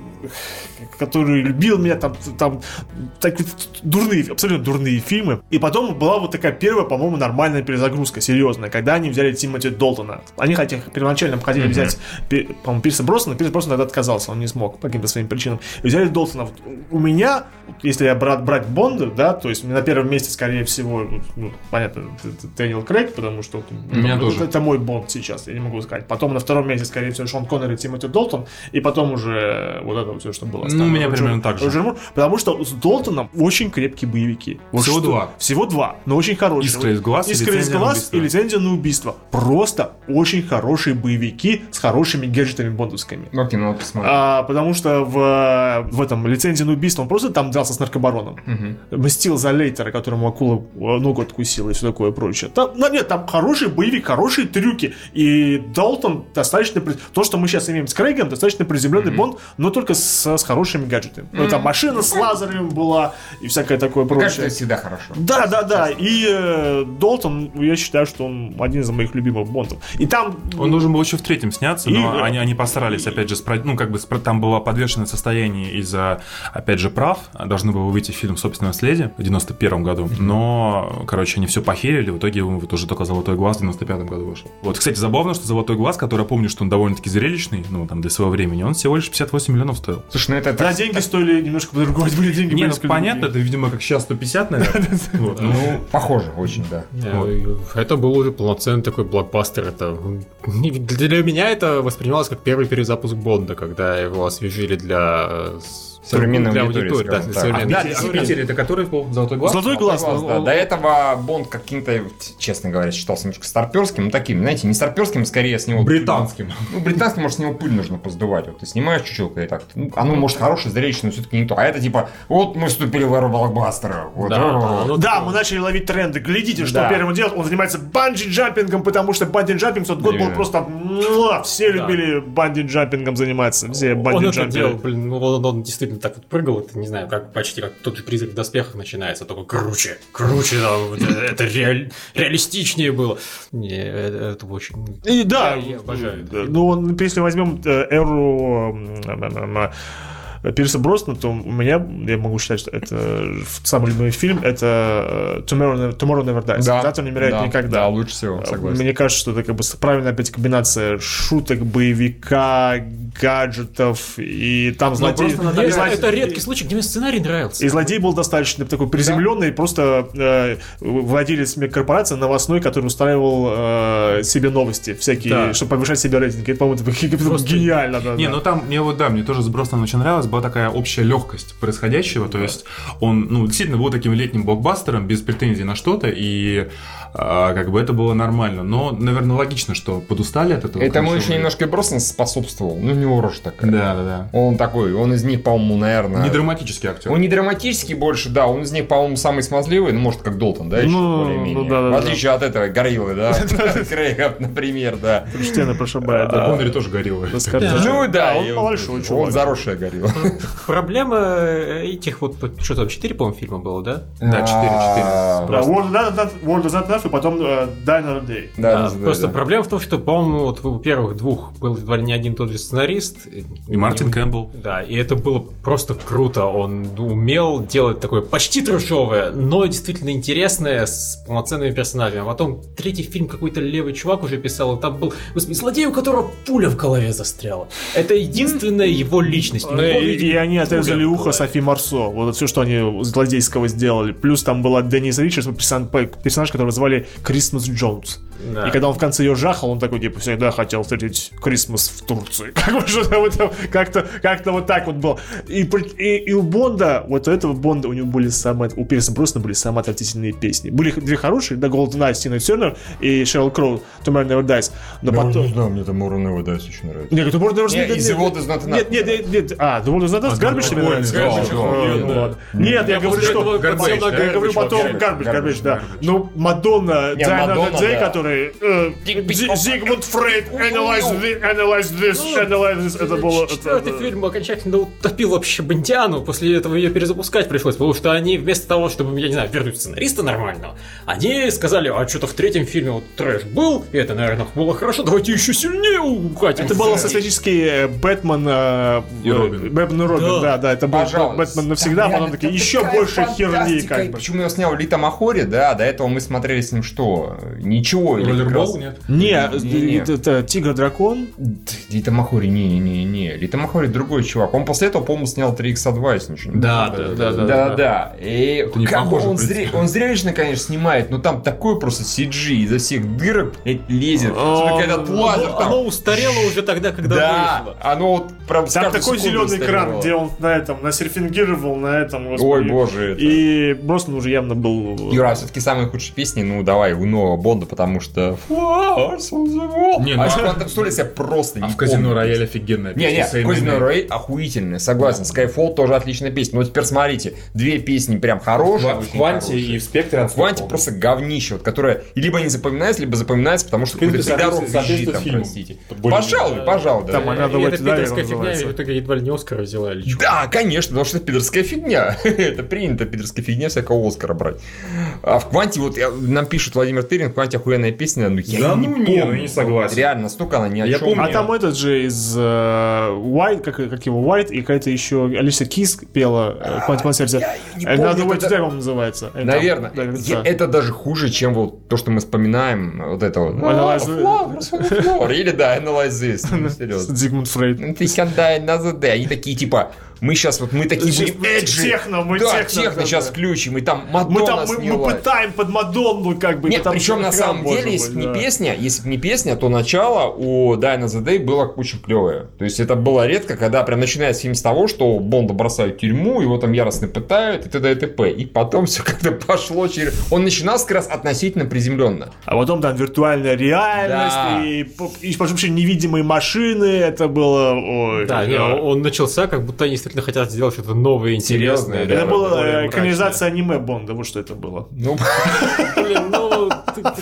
S3: который любил меня, там, там так, дурные, абсолютно дурные фильмы. И потом была вот такая первая, по-моему, нормальная перезагрузка, серьезная, когда они взяли Тимоти Долтона. Они хотя первоначально хотели взять, Пи- по-моему, Пирса Броснана, Пирс Броснан тогда отказался, он не смог по каким-то своим причинам. И взяли Долтона. Вот у меня, если я брат, брать Бонда, да, то есть на первом месте, скорее всего, ну, понятно, это Дэниел Крейг, потому что вот,
S2: У меня
S3: это,
S2: тоже.
S3: это мой Бонд сейчас, я не могу сказать. Потом на втором месте, скорее всего, Шон Коннери и Тимоти Долтон, и потом уже вот это все, что было.
S2: Ну, у меня примерно так же.
S3: Роджер Мур, потому что с Долтоном очень крепкие боевики. Вот
S2: Всего
S3: что-
S2: два.
S3: Всего два, но очень хорошие.
S2: «Искра из глаз» и
S3: «Искра из
S2: «Лицензия на
S3: глаз»
S2: убийство».
S3: и «Лицензия на убийство». Просто очень хорошие боевики с хорошими гаджетами бондовскими.
S1: Ну, окей, ну вот посмотри.
S3: А, потому что в, в этом «Лицензии на убийство» он просто там дрался с наркобароном. Мстил за Лейтера, которому акула э, ногу откусила и все такое прочее. Там, ну, нет, там хороший боевик, хорошие трюки. И Далтон достаточно... при- То, что мы сейчас имеем с Крейгом, достаточно приземленный Бонд, но только с, с хорошими гаджетами. Ну, там машина с лазерами была и всякое такое
S1: Кажется,
S3: прочее.
S1: это всегда хорошо.
S3: Да, да, да. И э, Долтон, я считаю, что он один из моих любимых Бондов. И там...
S2: Он должен был еще в третьем сняться, но
S3: И-
S2: они, они постарались, опять же, спро- ну, как бы, спро- там было подвешенное состояние из-за, опять же, прав. Должны было выйти фильм «Собственное наследие» в девяносто первом году, но, короче, они все похерили, в итоге вот уже только «Золотой глаз» в девяносто пятом году вышел. Вот, кстати, забавно, что «Золотой глаз», который, я помню, что он довольно-таки зрелищный, ну, там, для своего времени, он всего лишь пятьдесят восемь миллионов стоил.
S1: Слушай, ну это
S3: Да,
S1: так...
S3: деньги стоили немножко по-другому. Были деньги
S2: Не, ну,
S3: несколько
S2: понятно,
S3: другие.
S2: это, видимо, как сейчас сто пятьдесят, наверное. Вот, ну,
S1: Ну, похоже очень, да.
S4: Не, Это был уже полноценный такой блокбастер. Это для меня это воспринималось как первый перезапуск Бонда, когда его освежили для э, с-
S1: Современной
S4: для
S1: аудитории,
S4: аудитории, да,
S1: скажем так.
S4: современной
S2: да,
S4: аудитории.
S2: в Питере это который был «Золотой глаз»?
S3: Золотой глаз.
S1: Глаз,
S3: он-
S1: да.
S3: он-
S1: До этого Бонд каким-то, честно говоря, считался немножко старперским, ну таким, знаете, не старперским, скорее с него...
S2: Британским.
S1: Ну, британским, может, с него пыль нужно поздувать. Вот ты снимаешь чучелка и так, ну, оно может хорошее, зрелищное, но все-таки не то. А это типа, вот мы вступили в эру блокбастера. Вот,
S4: Да,
S1: ра-ра-ра.
S4: ну,
S3: Да, мы начали ловить тренды. Глядите, что
S1: Да.
S3: первым делает. Он занимается банджи-джампингом, потому что банджи-джампинг в тот год был
S1: Именно.
S3: просто... муа, Все
S4: Да.
S3: любили банджи-джампингом заниматься. Все
S4: Он это делал,
S3: банджи-джампинг.
S4: блин, ну, он, он действительно фильм так вот прыгал, это, не знаю, как почти как тот же «Призрак в доспехах» начинается, только круче, круче, там, это реаль, реалистичнее было. Не, это, это очень...
S3: И да,
S4: я, я обожаю.
S3: Ну, он, если возьмем эру Пирса Броснана, то у меня, я могу считать, что это самый любимый фильм, это Tomorrow, Tomorrow Never Dies.
S1: Да,
S3: Завтра не умирает
S1: да,
S3: никогда.
S1: Да, лучше всего, согласен.
S3: Мне кажется, что это как бы правильная опять комбинация шуток, боевика, гаджетов, и там злодей...
S4: Это, это редкий случай, где мне сценарий нравился.
S3: И злодей был достаточно такой приземленный, да. Просто э, владелец корпорации новостной, который устраивал э, себе новости всякие, да. чтобы повышать себе рейтинги. Это, по-моему, это просто гениально. Да,
S2: не,
S3: да.
S2: ну там, мне вот, да, мне тоже с Броснаном очень нравилось, была такая общая легкость происходящего, то есть он, ну, действительно был таким летним блокбастером, без претензий на что-то, и а, как бы это было нормально, но, наверное, логично, что подустали от этого.
S1: Этому еще немножко и Броснан способствовал, ну, у него рожа такая.
S2: Да, да, да.
S1: Он такой, он из них, по-моему, наверное...
S2: Не драматический актер.
S1: Он не драматический больше, да, он из них, по-моему, самый смазливый, ну, может, как Долтон, да, еще
S3: ну,
S1: более-менее.
S3: Ну, да, да,
S1: в отличие
S3: да.
S1: от этого, гориллы, да, Крейга, например, да.
S3: Стены прошибает, да.
S2: Коннери тоже гориллы.
S1: Ну, да,
S3: он большой чувак.
S1: Он заросшая горилла.
S4: Проблема этих вот, что там, четыре, по-моему, фильма было, да?
S2: Да, четыре-четыре.
S3: World is Not Enough и потом Die Another Day.
S4: Да, просто проблема в том, что, по-моему, вот у первых двух был едва ли не один и тот же сценарист.
S2: И Мартин Кэмпбелл.
S4: Да, и это было просто круто. Он умел делать такое почти трэшовое, но действительно интересное, с полноценными персонажами. А потом третий фильм какой-то левый чувак уже писал, и там был, господи, злодей, у которого пуля в голове застряла. Это единственная его личность.
S3: И они отрезали ухо Софи Марсо. Вот все, что они злодейского сделали. Плюс там была Деннис Ричардс, персонаж, которого звали Крисмас Джонс. Да. И когда он в конце ее жахал, он такой, типа, всегда хотел встретить Крисмас в Турции. Как бы что-то вот, как-то, как-то вот так вот было. И, и, и у Бонда, вот у этого Бонда, у него были самые, у Пирса Броснана были самые отвратительные песни. Были две хорошие, да, Golden Eye, Тина Тернер и Шерил Кроу, Tomorrow Never Dies. Но
S1: я
S3: потом...
S1: не знаю, мне Tomorrow Never Dies очень нравится.
S3: Нет, Tomorrow Never Dies...
S1: Нет, The World is Not Enough.
S3: Нет, нет, нет, нет. А, The World is Not Enough, Garbage тебе нравится? Нет, я говорю, что... Я говорю потом Garbage, Garbage, да. Ну, Мадонна, Die Another Day, который... Зигмунд Фрейд, analyze this, analyze this, analyze this. Это было...
S4: Четвертый фильм окончательно утопил вообще Бондиану. После этого ее перезапускать пришлось, потому что они вместо того, чтобы, я не знаю, вернуть сценариста нормального, они сказали, а что-то в третьем фильме вот трэш был, и это, наверное, было хорошо, давайте еще сильнее укатим.
S3: Это был социалистический Бэтмен и Робин. Бэтмен и Робин, да, да, это был Бэтмен навсегда, потом такие, еще больше херни, как бы.
S1: Почему его снял Лита Махори, да, до этого мы смотрели с ним что? Ничего.
S2: Роллербол, нет?
S3: Не, это Тигр-дракон.
S1: Лита Махори, не-не-не. Лита Махори другой чувак. Он после этого, по-моему, снял три икс два, если ничего не
S2: Да, да, да, да.
S1: Да-да. И как бы он зрелищно, конечно, снимает, но там такой просто си джи изо всех дырок лезет. Этот лазер там.
S4: Оно устарело уже тогда, когда вышло.
S1: Да, оно вот прям...
S3: Там такой зеленый экран, где он на этом, насерфингировал на этом.
S1: Ой, боже.
S3: И Броснан уже явно был...
S1: Юра, все-таки самые худшие песни, ну давай, у нового Бонда, потому что...
S2: Не,
S1: а в Quantum Solace я просто не
S2: А в Казино Рояль офигенная
S1: песня. Не, не, Казино Рояль охуительная, согласен. Skyfall тоже отличная песня. Но теперь смотрите, две песни прям хорошие.
S2: В Кванте и в Спектре.
S1: В Кванте просто говнище, вот, которое либо не запоминается, либо запоминается, потому что какой-то всегда рок визжит там, простите. Пожалуй, пожалуй,
S3: там она
S4: это пидорская фигня, в итоге едва ли не Оскара взяла или что?
S1: Да, конечно, потому что это пидорская фигня. Это принято, пидорская фигня, всякого Оскара брать. А в Кванте, вот нам пишет Владимир Тырин, в Кванте охуенная песня, но я не помню.
S2: Не согласен.
S1: Реально, настолько она ни о
S2: я
S1: чем.
S2: Помню.
S3: А там этот же из White, uh, как, как его White, и какая-то еще Алиса Кис пела в а, концерте. Надо вот это он называется.
S1: Наверное. Там, да, я, это даже хуже, чем вот то, что мы вспоминаем. Вот это вот. Или да, Analyze This.
S3: Зигмунд Фрейд.
S1: Ты can die another day. Они такие типа. Мы сейчас вот, мы такие будем эджи.
S3: Техно, мы
S1: да,
S3: техно.
S1: техно да, сейчас да. включим, и там Мадонна
S3: мы, там, мы, мы пытаем под Мадонну, как бы.
S1: Нет, причем на самом деле, если бы да. не песня, если бы не песня, то начало у Die Another Day было очень клевое. То есть это было редко, когда прям начинается фильм с того, что Бонда бросают в тюрьму, его там яростно пытают, и т.д. и т.п. И потом все как-то пошло через... Он начинался как раз относительно приземленно.
S3: А потом там виртуальная реальность, да. и, и, и вообще невидимые машины, это было... Ой,
S4: да, да. Не, он начался, как будто они действительно хотят сделать что-то новое, интересное.
S3: Это да, была экранизация аниме Бонда, вот что это было.
S1: Ну,
S4: блин, ну...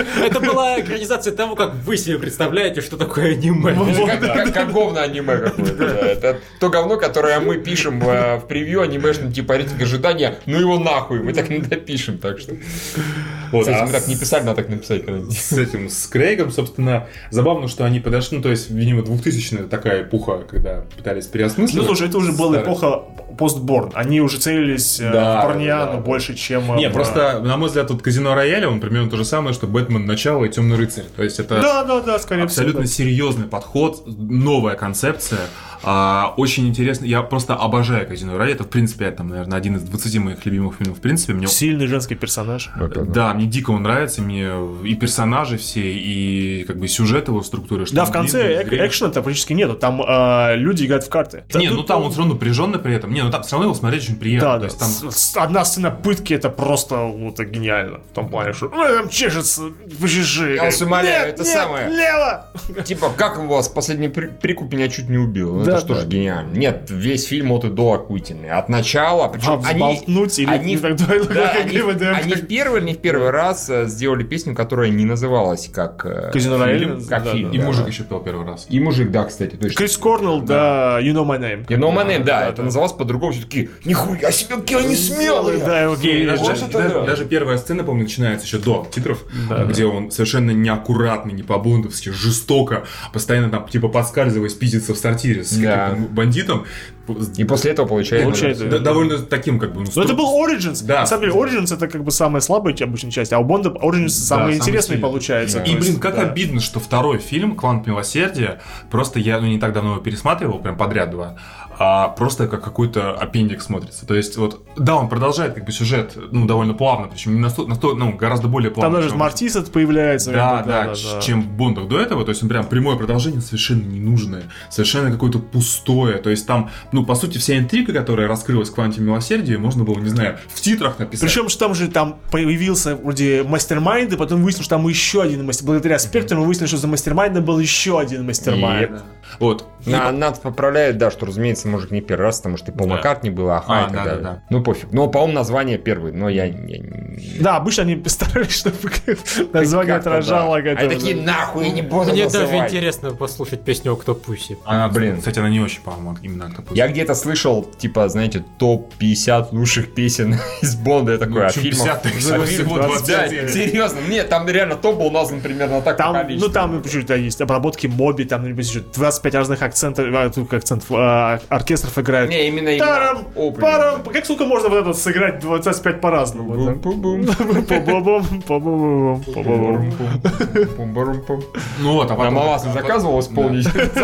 S4: Это была экранизация того, как вы себе представляете, что такое аниме.
S1: Как говно аниме какое-то. Это то говно, которое мы пишем в превью анимешном, типа рейтинг ожидания, ну его нахуй, мы так не допишем, так что...
S2: Вот,
S1: Кстати,
S2: а
S1: мы так не писали, надо так написать.
S2: с этим, с Крейгом, собственно, забавно, что они подошли, ну, то есть, видимо, двухтысячная такая эпоха, когда пытались переосмыслить.
S3: Ну, слушай, это уже была
S2: Старый.
S3: эпоха постборн. Они уже целились
S2: Да,
S3: в Парниану
S2: да, да.
S3: больше, чем...
S2: Не,
S3: в-
S2: просто, на мой взгляд, тут Казино Рояль, он примерно то же самое, что Бэтмен Начало и Темный рыцарь. То есть, это
S3: Да, да, да, скорее
S2: абсолютно
S3: всего.
S2: серьезный подход, новая концепция. А, очень интересно. Я просто обожаю Казино Рояль. Это, в принципе, это, наверное, один из двадцати моих любимых фильмов. В принципе, мне...
S3: Да. Сильный женский персонаж.
S2: Да, мне дико он нравится, мне и персонажи все, и как бы сюжет его структуры. что
S3: Да,
S2: он
S3: в конце
S2: длинный,
S3: эк-
S2: зрелищный.
S3: экшена-то практически нету. Там э, люди играют в карты.
S2: Не,
S3: Тут-
S2: ну там он все равно напряженно при этом. Не, ну там все равно его смотреть очень приятно.
S3: Да,
S2: То
S3: да.
S2: есть там...
S3: С- с- Одна сцена пытки, это просто вот, так гениально. В том плане, что «Ой, там чешется, пожижи».
S1: Я вас умоляю,
S3: Нет,
S1: это
S3: нет,
S1: самое.
S3: лево!
S1: Типа, как у вас последний при- прикуп меня чуть не убил? Ну,
S3: Да,
S1: это что
S3: да.
S1: ж гениально. Нет, весь фильм от и до охуительный. От начала, причем
S3: А, взболтнуть или
S1: они,
S3: как давай,
S1: да,
S3: как
S1: они,
S3: игривый, да,
S1: они
S3: как-
S1: в первый, не в первый раз э, сделали песню, которая не называлась как э,
S3: Казино Рояль,
S1: фильм, как
S3: да,
S1: фильм.
S3: да.
S2: И
S1: да,
S2: мужик
S1: да.
S2: еще пел первый раз.
S1: И мужик, да, кстати, точно.
S3: Крис Корнелл, да, You Know My Name.
S1: You know my name, да,
S3: Да,
S1: это
S3: да.
S1: называлось по-другому. Все такие, нихуя себе, какие они смелые.
S3: Да, его
S2: И
S3: гений.
S2: даже,
S1: вот
S2: даже-
S1: это
S2: даже-
S1: да.
S2: даже первая сцена, помню, начинается еще до титров, где он совершенно неаккуратный, не по-бондовски, жестоко, постоянно там типа подскальзываясь, пиздится в сортире с
S1: Да.
S2: каким-то бандитом.
S1: И после этого получается...
S3: Получается,
S2: Д- довольно таким как бы... Ну,
S3: Но это
S2: стру-
S3: был Origins.
S2: Да.
S3: На самом деле, Origins это как бы самая слабая обычная часть, а у Бонда Origins самый
S2: самый
S3: интересный
S2: сильный.
S3: получается.
S1: Да.
S3: То
S2: И,
S3: есть,
S2: блин, как
S3: да.
S2: обидно, что второй фильм «Квант милосердия», просто я ну, не так давно его пересматривал, прям подряд два, а просто как какой-то аппендикс смотрится. То есть, вот, да, он продолжает как бы сюжет, ну, довольно плавно, причем не настолько, настолько, ну, гораздо более плавно.
S3: Там даже
S2: чем-
S3: Мартис это появляется.
S2: Да,
S3: как бы,
S2: да, ч- чем в Бондах до этого, то есть он прям прямое продолжение совершенно ненужное, совершенно какое-то пустое, то есть там, ну, по сути, вся интрига, которая раскрылась в «Кванте милосердия», можно было, не знаю, в титрах написать.
S3: Причем что там же там появился вроде мастермайнд, и потом выяснилось, что там еще один мастер. Благодаря спектру мы выяснили, что за мастермайндом был еще один мастермайнд.
S1: Нет.
S2: Вот.
S1: На, нас поправляют, да, что, разумеется, мужик не первый раз, потому что и Пол
S2: Да.
S1: Маккартни был, а Хай
S2: А,
S1: и так
S2: да,
S1: далее.
S2: да, да.
S1: Ну, пофиг. Ну, по-моему, название первый, но я... я не-
S3: Да, обычно они старались, чтобы название
S1: Как-то,
S3: отражало.
S1: да.
S3: как-то,
S1: Они такие,
S3: да.
S1: нахуй, я не буду
S4: Мне даже
S1: называть.
S4: интересно послушать песню «Октопуси».
S2: Она,
S1: блин.
S2: блин, кстати, она не очень, по-моему, именно «Октопус».
S1: Я где-то слышал, типа, знаете, топ пятьдесят лучших песен из Бонда. Я такой,
S2: Ну,
S1: а
S2: чё,
S1: фильмов...
S2: пятьдесят, так
S1: Да,
S2: всего
S1: да,
S2: двадцать
S1: да,
S2: пять.
S1: серьезно. Нет, там реально топ был назван примерно так по
S3: Там,
S1: количеству.
S3: ну там, почему да, есть обработки моби, там, например, еще двадцать пять разных акцентов, а, тут акцентов, а, оркестров играют.
S1: Не, именно... именно
S3: Тарам,
S1: opening.
S3: парам. Как сколько можно вот это сыграть двадцать пять по-разному? да?
S1: Бум-бум-бум.
S3: По-бум, по-бум, по-бум.
S1: Бум-бум-бум.
S2: Ну вот, а
S1: А
S2: потом...
S1: Мамас заказывал исполнить.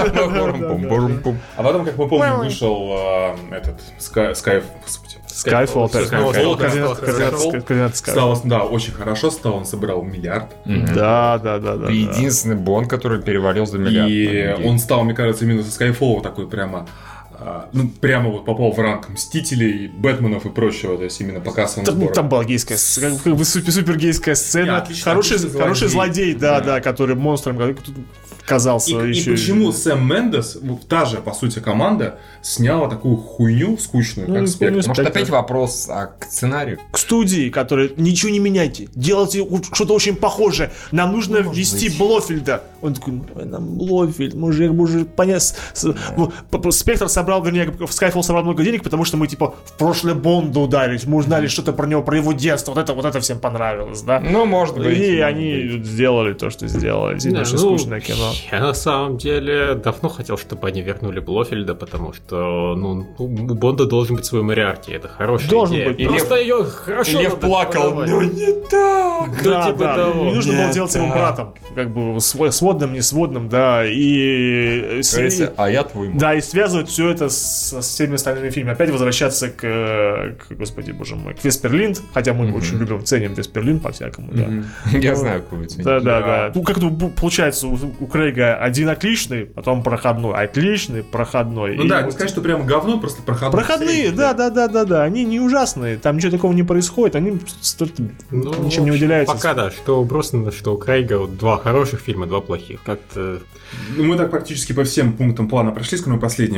S1: Бум-бум-бум.
S2: А потом, как мы помним, вышел а, этот, Sky, Sky, господи,
S3: Skyfall,
S4: Skyfall,
S3: Skyfall,
S4: Skyfall,
S3: координат-
S4: Skyfall.
S3: координат Skyfall.
S2: стало, да, очень хорошо стало, он собрал миллиард.
S3: Да, да, да, да.
S1: Единственный Бонд, который перевалил за миллиард.
S2: И он стал, мне кажется, именно со Skyfall такой прямо, а, ну, прямо вот попал в ранг Мстителей, Бэтменов и прочего, то есть именно по кассовым
S3: Там,
S2: сборам.
S3: там была гейская, с- как, как бы супер, супер гейская
S2: Не,
S3: сцена.
S2: отлично,
S3: хороший,
S2: отличный
S3: хороший
S2: злодей.
S3: злодей, да,
S2: Да.
S3: да, который монстром как- тут казался
S2: И, и
S3: еще.
S2: почему Сэм Мендес, вот та же, по сути, команда, сняла такую хуйню скучную,
S3: Ну,
S2: как
S3: не
S2: «Спектр»?
S3: помню,
S1: Может,
S3: Спектр.
S1: опять вопрос а, к сценарию?
S3: К студии, которые ничего не меняйте, делайте у- что-то очень похожее. Нам нужно ввести Блофельда. Он такой, «Ну, нам Блофельд, мужик, мужик, понятно. С- с- в- п- п- Спектр собрал, вернее, в Skyfall собрал много денег, потому что мы, типа, в прошлое Бонда ударились, мы узнали что-то про него, про его детство, вот это, вот это всем понравилось, да?
S1: Ну, может быть.
S3: И
S1: может
S3: они
S1: быть.
S3: сделали то, что сделали. Действительно,
S4: Не,
S3: очень
S4: ну,
S3: скучное кино.
S4: Я на самом деле давно хотел, чтобы они вернули Блофельда, потому что ну, у Бонда должен быть свой Мориарти. Это хорошая
S3: Должен
S4: идея.
S3: быть.
S1: И
S4: Просто ее хорошо
S1: И Лев
S4: надо
S1: плакал,
S4: подавать.
S1: ну не так.
S4: Ну,
S3: Да,
S4: типа
S3: да,
S4: того.
S3: не нужно было
S1: Нет,
S3: делать его
S1: да.
S3: братом, как бы св- сводным, не сводным, да, и... с-
S1: Говорится, а я твой муж.
S3: Да, и связывать все это с, со всеми остальными фильмами. Опять возвращаться к, к господи, боже мой, к Весперлинд, хотя мы очень любим, ценим Весперлинд по-всякому, да.
S1: Я знаю, какую цену.
S3: Да, да, да. Ну, как-то бу- получается у, у Крейга один отличный, потом проходной, отличный, проходной.
S2: Ну
S3: И
S2: да,
S3: вот
S2: не сказать, что прямо говно, просто проходные.
S3: проходные, да, да, да, да, да, они не ужасные, там ничего такого не происходит, они просто
S4: Ну,
S3: ничем
S4: в
S3: не
S4: общем,
S3: выделяются.
S4: Пока да, что у Броснана, что у Крейга вот два хороших фильма, два плохих. Как-то...
S2: Ну, мы так практически по всем пунктам плана прошлись, кроме последнего. Нужен ли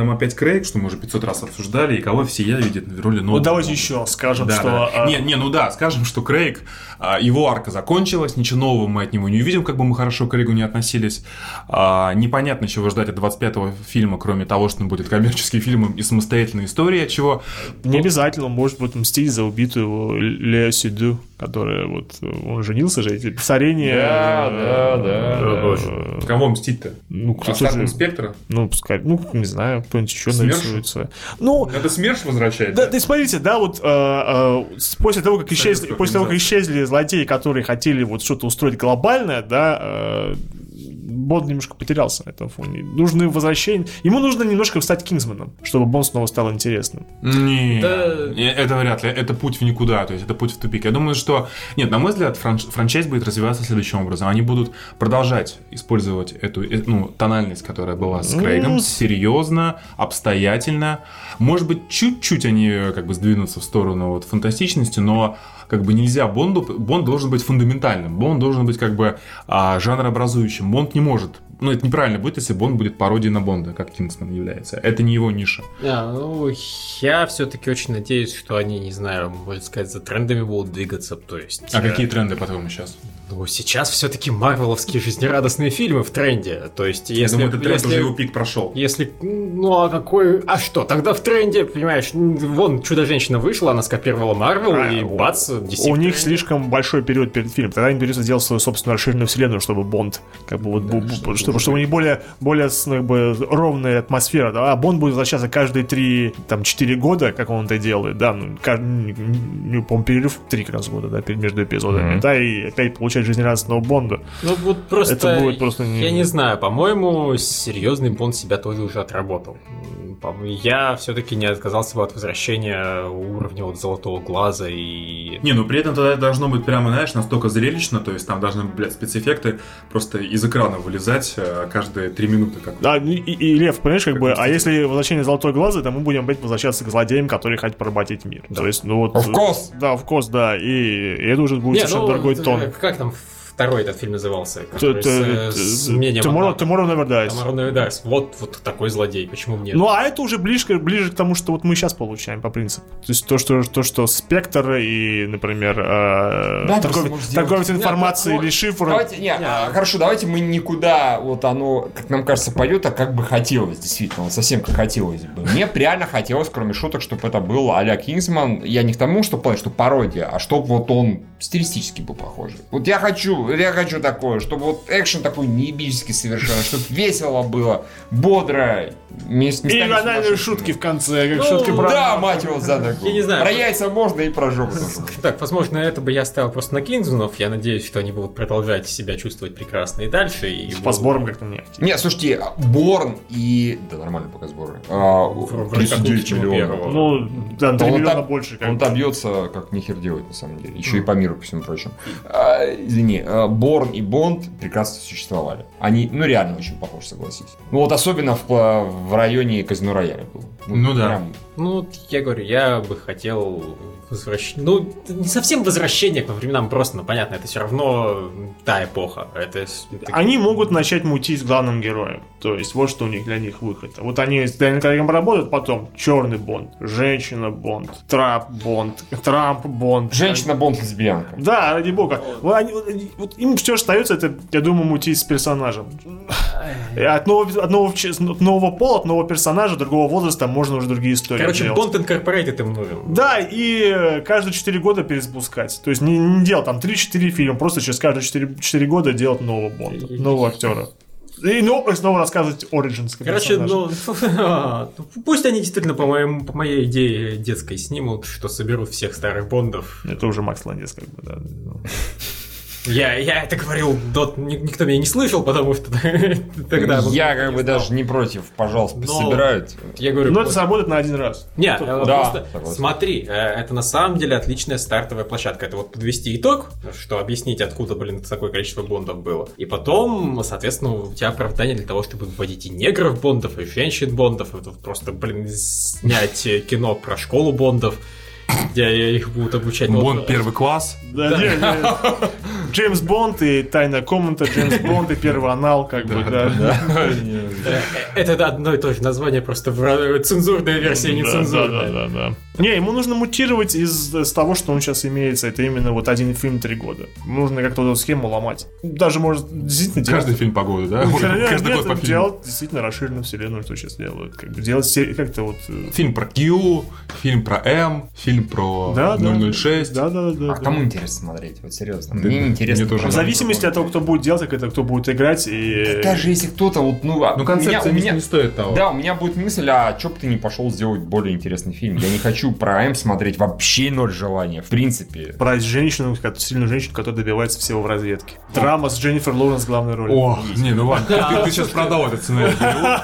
S2: нам опять Крейг, что мы уже пятьсот раз обсуждали, и кого все я видят в роли нового.
S3: Ну, давайте еще скажем,
S2: да,
S3: что...
S2: Да.
S3: А...
S2: Не, не, ну да, скажем, что Крейг, его арка закончилась, ничего нового мы от него не увидим, как бы мы хорошо к Крейгу не относились. Непонятно, чего ждать от двадцать пятого фильма, кроме того, что он будет коммерческим фильмом и самостоятельной историей, от чего...
S3: Не обязательно, он может быть мстить за убитую Лео Сиду, которая вот... Он женился же, эти писарения...
S1: Да, да, да,
S2: да. Кого мстить-то?
S3: Ну, кто
S2: же... Спектра?
S3: Ну, пускай, ну, не знаю, кто-нибудь еще
S2: СМЕРШ?
S3: нарисуется. Ну,
S2: это СМЕРШ возвращается?
S3: Да, да, смотрите, да, вот э, э, после того, как исчезли, после того, как исчезли злодеи, которые хотели вот что-то устроить глобальное, да, э, Бонд немножко потерялся на этом фоне. Нужны возвращения. Ему нужно немножко стать Кингсманом, чтобы Бонд снова стал интересным.
S2: Не,
S4: да...
S2: это вряд ли. Это путь в никуда, то есть это путь в тупик. Я думаю, что... Нет, на мой взгляд, франш... франчайз будет развиваться следующим образом. Они будут продолжать использовать эту, ну, тональность, которая была с Крейгом, mm. серьезно, обстоятельно. Может быть, чуть-чуть они как бы сдвинутся в сторону вот фантастичности, но как бы нельзя Бонду... Бонд должен быть фундаментальным. Бонд должен быть как бы а, жанрообразующим. Бонд не может... Ну, это неправильно будет, если Бонд будет пародией на Бонда, как Кингсман является. Это не его ниша.
S4: А, ну, я все-таки очень надеюсь, что они, не знаю, можно сказать, за трендами будут двигаться. То есть...
S2: А э... какие тренды, по-твоему, сейчас?
S4: Ну, сейчас все-таки марвеловские жизнерадостные фильмы в тренде. То есть, если...
S2: Я думаю, этот тренд
S4: если,
S2: уже его пик прошел.
S4: Если... Ну, а какой... А что? Тогда в тренде, понимаешь, вон Чудо-женщина вышла, она скопировала Марвел, а, и бац, ди си.
S3: У них слишком большой период перед фильмом. Тогда им придется делать свою собственную расширенную вселенную, чтобы Бонд, как бы, вот, да, бу- чтобы, чтобы, чтобы у них более, более как бы, ровная атмосфера. Да? А Бонд будет возвращаться каждые три-четыре года, как он это делает, да, ну, каждый, по-моему, перерыв три как раз года, да, между эпизодами, mm-hmm. да, и опять получать жизнерадостного Бонда.
S4: Ну, вот просто,
S3: это будет просто не...
S4: я не знаю, по-моему, серьезный Бонд себя тоже уже отработал. Я все-таки не отказался бы от возвращения уровня вот Золотого Глаза и...
S2: Не, ну при этом тогда должно быть прямо, знаешь, настолько зрелищно, то есть там должны быть, блядь, спецэффекты просто из экрана вылезать каждые три минуты. Как
S3: да, и, и, Лев, понимаешь, как, как бы, а если возвращение Золотого Глаза, то мы будем опять возвращаться к злодеям, которые хотят поработить мир. Да. То есть, ну вот...
S1: Of course!
S3: Да, of course, да, и, и это уже будет не, совершенно ну, другой тон.
S4: Как там второй этот фильм назывался? Который с, с мнением
S3: Tomorrow, Tomorrow Never Dies.
S4: Tomorrow Never Dies. Вот, вот такой злодей, почему нет?
S3: Ну, а это уже ближе, ближе к тому, что вот мы сейчас получаем по принципу. То есть то, что, то, что Спектр и, например, э, да, торговец, торговец информацией или шифр.
S1: Давайте, не, а, хорошо, давайте мы никуда, вот оно, как нам кажется, пойдет, а как бы хотелось, действительно, вот совсем как хотелось бы. Мне реально хотелось, кроме шуток, чтобы это был а-ля Кингсман. Я не к тому, что понял, что пародия, а чтобы вот он стилистически был похожий. Вот я хочу, я хочу такое, чтобы вот экшен такой неебический совершенно, чтобы весело было, бодро.
S3: И банальные шутки в конце, как ну, шутки про...
S1: Да, мать его за ногу.
S4: Я не знаю.
S1: Про яйца можно и про жопу.
S4: Так, возможно, это бы я ставил просто на Кингсманов. Я надеюсь, что они будут продолжать себя чувствовать прекрасно и дальше. И
S3: по
S4: будут...
S3: сборам как-то не активно.
S1: Не, слушайте, Борн и... Да, нормально пока сборы. тридцать девять миллионов.
S3: Ну, да, три миллиона больше.
S1: Он-то бьется, как нихер делать, на самом деле. Еще и по миру, ко всему прочему. Извини, Борн и Бонд прекрасно существовали. Они, ну, реально очень похожи, согласись. Ну, вот особенно в, в районе Казино Рояля был.
S2: Ну, ну да.
S1: Прям...
S4: Ну, я говорю, я бы хотел возвращение... Ну, не совсем возвращение к временам просто, но понятно, это все равно та эпоха. Это...
S3: Они могут начать мутить с главным героем. То есть, вот что у них для них выход. Вот они с Дэниелом Крейгом работают, потом черный Бонд, женщина Бонд, Трап Бонд, Трамп Бонд.
S1: Женщина Бонд лесбиянка.
S3: Да, ради бога. Вот, они, вот им все, что остается, это, я думаю, мутить с персонажем. От нового, от, нового, от нового пола, от нового персонажа, другого возраста можно уже другие истории.
S4: Короче,
S3: делать.
S4: Bond Incorporated им нужен.
S3: Да, и каждые четыре года перезапускать. То есть не, не делать там три-четыре фильма, просто через каждые четыре года делать нового Бонда, нового актера. И ну, снова рассказывать Origins.
S4: Короче, ну, пусть они действительно по, моему, по моей идее детской снимут, что соберут всех старых Бондов.
S3: Это уже Макс Ландес, как бы, да.
S4: Я, я это говорил, до, никто меня не слышал, потому что тогда...
S1: Я как бы даже не против, пожалуйста, пусть собирают.
S4: Я говорю,
S3: но это сработает на один раз.
S4: Нет, просто смотри, это на самом деле отличная стартовая площадка. Это вот подвести итог, что объяснить, откуда, блин, такое количество Бондов было. И потом, соответственно, у тебя оправдание для того, чтобы вводить и негров Бондов, и женщин Бондов. Это просто, блин, снять кино про школу Бондов, где их будут обучать.
S2: Бонд первый класс.
S3: Да, да. Джеймс Бонд и тайная комната, Джеймс Бонд и первый анал, как бы, да.
S4: Это одно и то же название, просто цензурная версия, не цензурная.
S3: Да, да, да. Не, ему нужно мутировать из, из того, что он сейчас имеется. Это именно вот один фильм три года. Нужно как-то эту схему ломать. Даже, может, действительно делать...
S2: Каждый фильм по году, да? Каждый год по фильму.
S3: Делать действительно расширенную вселенную, что сейчас делают. Как бы делать как-то вот...
S2: Фильм про Q, фильм про М, фильм про
S3: да,
S2: ноль ноль шесть.
S3: Да, да, да.
S1: А
S3: да.
S1: кому интересно смотреть? Вот серьезно.
S2: Да,
S1: мне интересно.
S2: мне тоже.
S3: В зависимости от того, кто будет делать, как это, кто будет играть. И...
S1: Даже если кто-то вот, ну,
S2: ну концепция
S1: у меня, у меня,
S2: не стоит того.
S1: Да, у меня будет мысль, а чё бы ты не пошел сделать более интересный фильм? Я не хочу про М смотреть вообще ноль желания, в принципе.
S3: Про женщину, сильную женщину, которая добивается всего в разведке. Драма с Дженнифер Лоуренс в главной роли.
S2: О, не, ну ладно, ты, ты сейчас продал этот сценарий.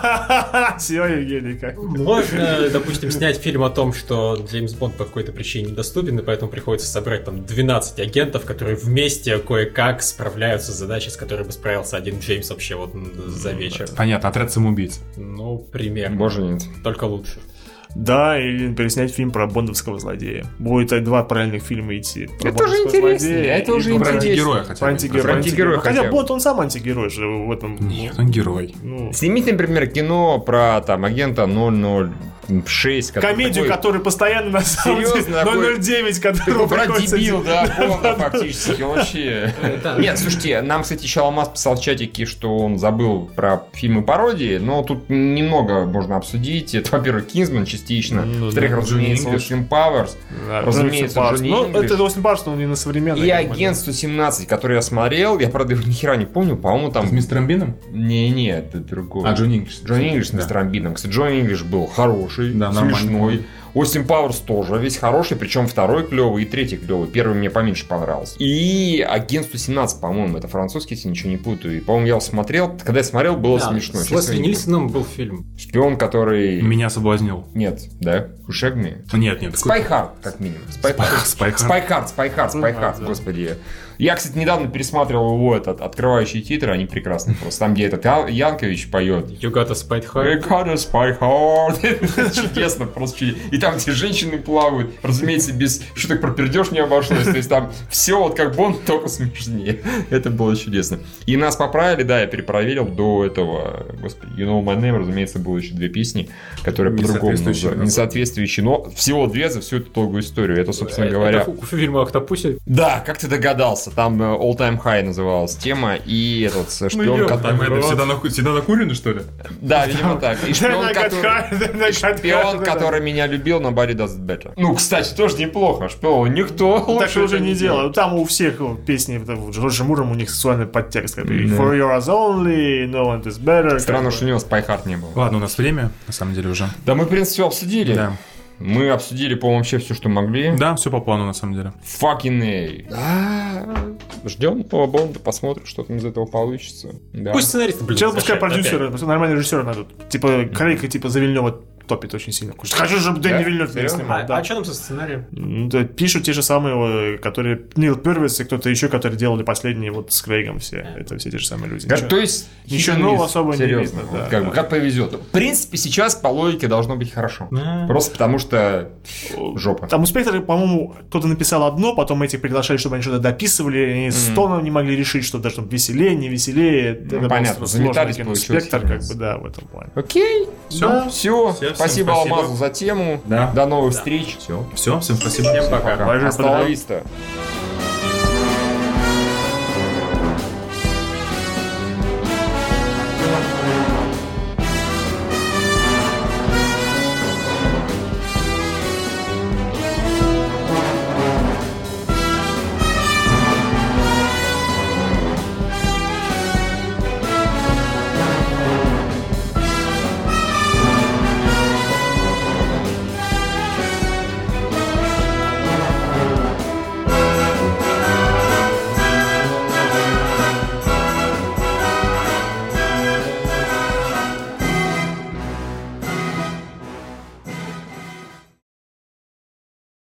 S3: Все, Евгений, как?
S4: Можно, допустим, снять фильм о том, что Джеймс Бонд по какой-то причине недоступен, и поэтому приходится собрать там двенадцать агентов, которые вместе кое-как справляются с задачей, с которой бы справился один Джеймс вообще вот за вечер.
S2: Понятно, отряд самоубийц.
S4: Ну, примерно.
S1: Боже, нет.
S4: Только лучше.
S3: Да, или переснять фильм про бондовского злодея. Будет два параллельных фильма идти. Про
S1: Это уже интересно. Это уже
S2: про
S1: интересно.
S2: антигероя хотя бы.
S3: Про антигероя.
S1: Про антигероя
S3: хотя
S1: хотя бы.
S3: Бонд, он сам антигерой же в этом.
S2: Нет, он герой.
S3: Ну,
S1: Снимите, например, кино про там агента ноль ноль шесть.
S3: комедию,
S1: такой...
S3: который постоянно на самом деле
S1: Серьезно,
S3: ноль ноль девять, который
S1: Такой брат дебил, да, Бонда фактически, вообще.
S4: Да.
S1: Нет, слушайте, нам, кстати, Шаламаз писал в чатике, что он забыл про фильмы-пародии, но тут немного можно обсудить. Это, во-первых, Кингсман частично,
S3: Ну,
S1: во-вторых,
S3: да,
S1: разумеется,
S2: Джонни
S1: Остин Пауэрс,
S3: Да,
S1: разумеется,
S3: Остин
S1: Джонни
S3: Пауэрс. Ну,
S1: Инглиш.
S3: это Остин Пауэрс, но он не на современный.
S1: И
S3: как бы,
S1: Агент сто семнадцать, который я смотрел, я, правда, его ни хера не помню, по-моему, там...
S2: С мистером Бином?
S1: Не-не, это другой.
S2: А, Джонни Инглиш.
S1: Джонни Инглиш с
S2: Да.
S1: мистером Бином. Кстати, Джонни Инглиш был хороший,
S2: Да, нормальный.
S1: смешной. Остин Пауэрс тоже весь хороший, причем второй клевый и третий клевый. Первый мне поменьше понравился. И Агент сто семнадцать, по-моему, это французский, если ничего не путаю. И, по-моему, я его смотрел. Когда я смотрел, было
S4: Да,
S1: смешно.
S4: с
S1: Честно,
S4: Лесли
S1: я не
S4: Нильсоном был фильм.
S1: помню. Шпион, который...
S2: Меня соблазнил.
S1: Нет, да? Кушегми?
S2: Нет, нет.
S1: Спайхард, как минимум. Спайхард.
S2: Спайхард.
S1: Спайхард, Спайхард, Спайхард,
S3: да.
S1: господи. Я, кстати, недавно пересматривал его, этот, открывающие титры, они прекрасные просто. Там, где этот Я- Янкович поет.
S4: You gotta spite
S1: I
S4: hard.
S1: gotta spy hard. Это чудесно, просто чудесно. И там, где женщины плавают, разумеется, без шуток про пердеж не обошлось. То есть там все вот как Бонд, только смешнее. Это было чудесно. И нас поправили, да, я перепроверил до этого. Господи, You Know My Name, разумеется, было еще две песни, которые по-другому
S2: Несоответствующие.
S1: называют. Несоответствующие. Но всего две за всю эту долгую историю. Это, собственно говоря...
S4: Это фильм о Октопусе.
S1: Да, как ты догадался, там э, All Time High называлась тема, и этот э, шпион,
S4: ёб
S1: который...
S2: Там это всегда, наку- всегда накурены, что ли?
S1: Да, видимо так. И шпион,
S3: Then I got
S1: который...
S3: hard, then I got
S1: Шпион,
S3: hard,
S1: который меня любил, nobody does it better. Ну, кстати, тоже неплохо. Шпион, никто
S3: да. Так
S1: лучше
S3: уже
S1: это
S3: не делают. Там у всех вот, песни вот, Джорджа Муром у них сексуальный подтекст. Как, For yours only, no one is better.
S1: Странно,
S3: как
S1: что у него Spyhard не было.
S2: Ладно, у нас время, на самом деле, уже.
S1: Да мы, в принципе, все обсудили.
S2: Да.
S1: Мы обсудили, по-моему, вообще все, что могли.
S2: Да, все по плану, на самом деле.
S1: Fucking A. Да. Ждем нового Бонда, посмотрим, что там из этого получится. Да.
S4: Пусть сценаристы, блин,
S3: Сейчас пускай
S4: возвращают
S3: продюсеры,
S4: опять.
S3: нормальные режиссеры найдут. Типа, коллега типа Завильнева топит очень сильно. Хочу, чтобы Дэнни
S1: Да?
S3: Вильнёв
S1: Серьезно?
S3: снимал.
S4: А,
S3: Да.
S4: а что там со сценарием?
S3: Ну, да, пишут те же самые, которые Нил Пёрвиц и кто-то еще, которые делали последние вот с Крейгом все. Это все те же самые люди.
S1: Да,
S3: Ничего-
S1: то есть
S3: Ничего
S1: hit and
S3: нового
S1: miss.
S3: особо не
S1: Серьезно,
S3: видно,
S1: вот
S3: да,
S1: как,
S3: да.
S1: бы, как повезет. В принципе, сейчас по логике должно быть хорошо. Просто потому что жопа.
S3: Там у Спектра, по-моему, кто-то написал одно, потом этих приглашали, чтобы они что-то дописывали, и они с тоном не могли решить, что даже там веселее, не веселее. Это было
S1: понятно,
S3: сложно
S1: заметались,
S3: кино.
S1: получилось
S3: Спектр, как
S1: фильм.
S3: бы, да, в этом плане.
S1: Окей.
S3: Да.
S1: Все.
S2: Всем
S1: Спасибо
S2: спасибо.
S1: Алмазу за тему.
S2: Да.
S1: До новых встреч.
S2: Все, все, всем спасибо.
S4: Всем пока.
S3: Пока.
S1: Hasta la vista.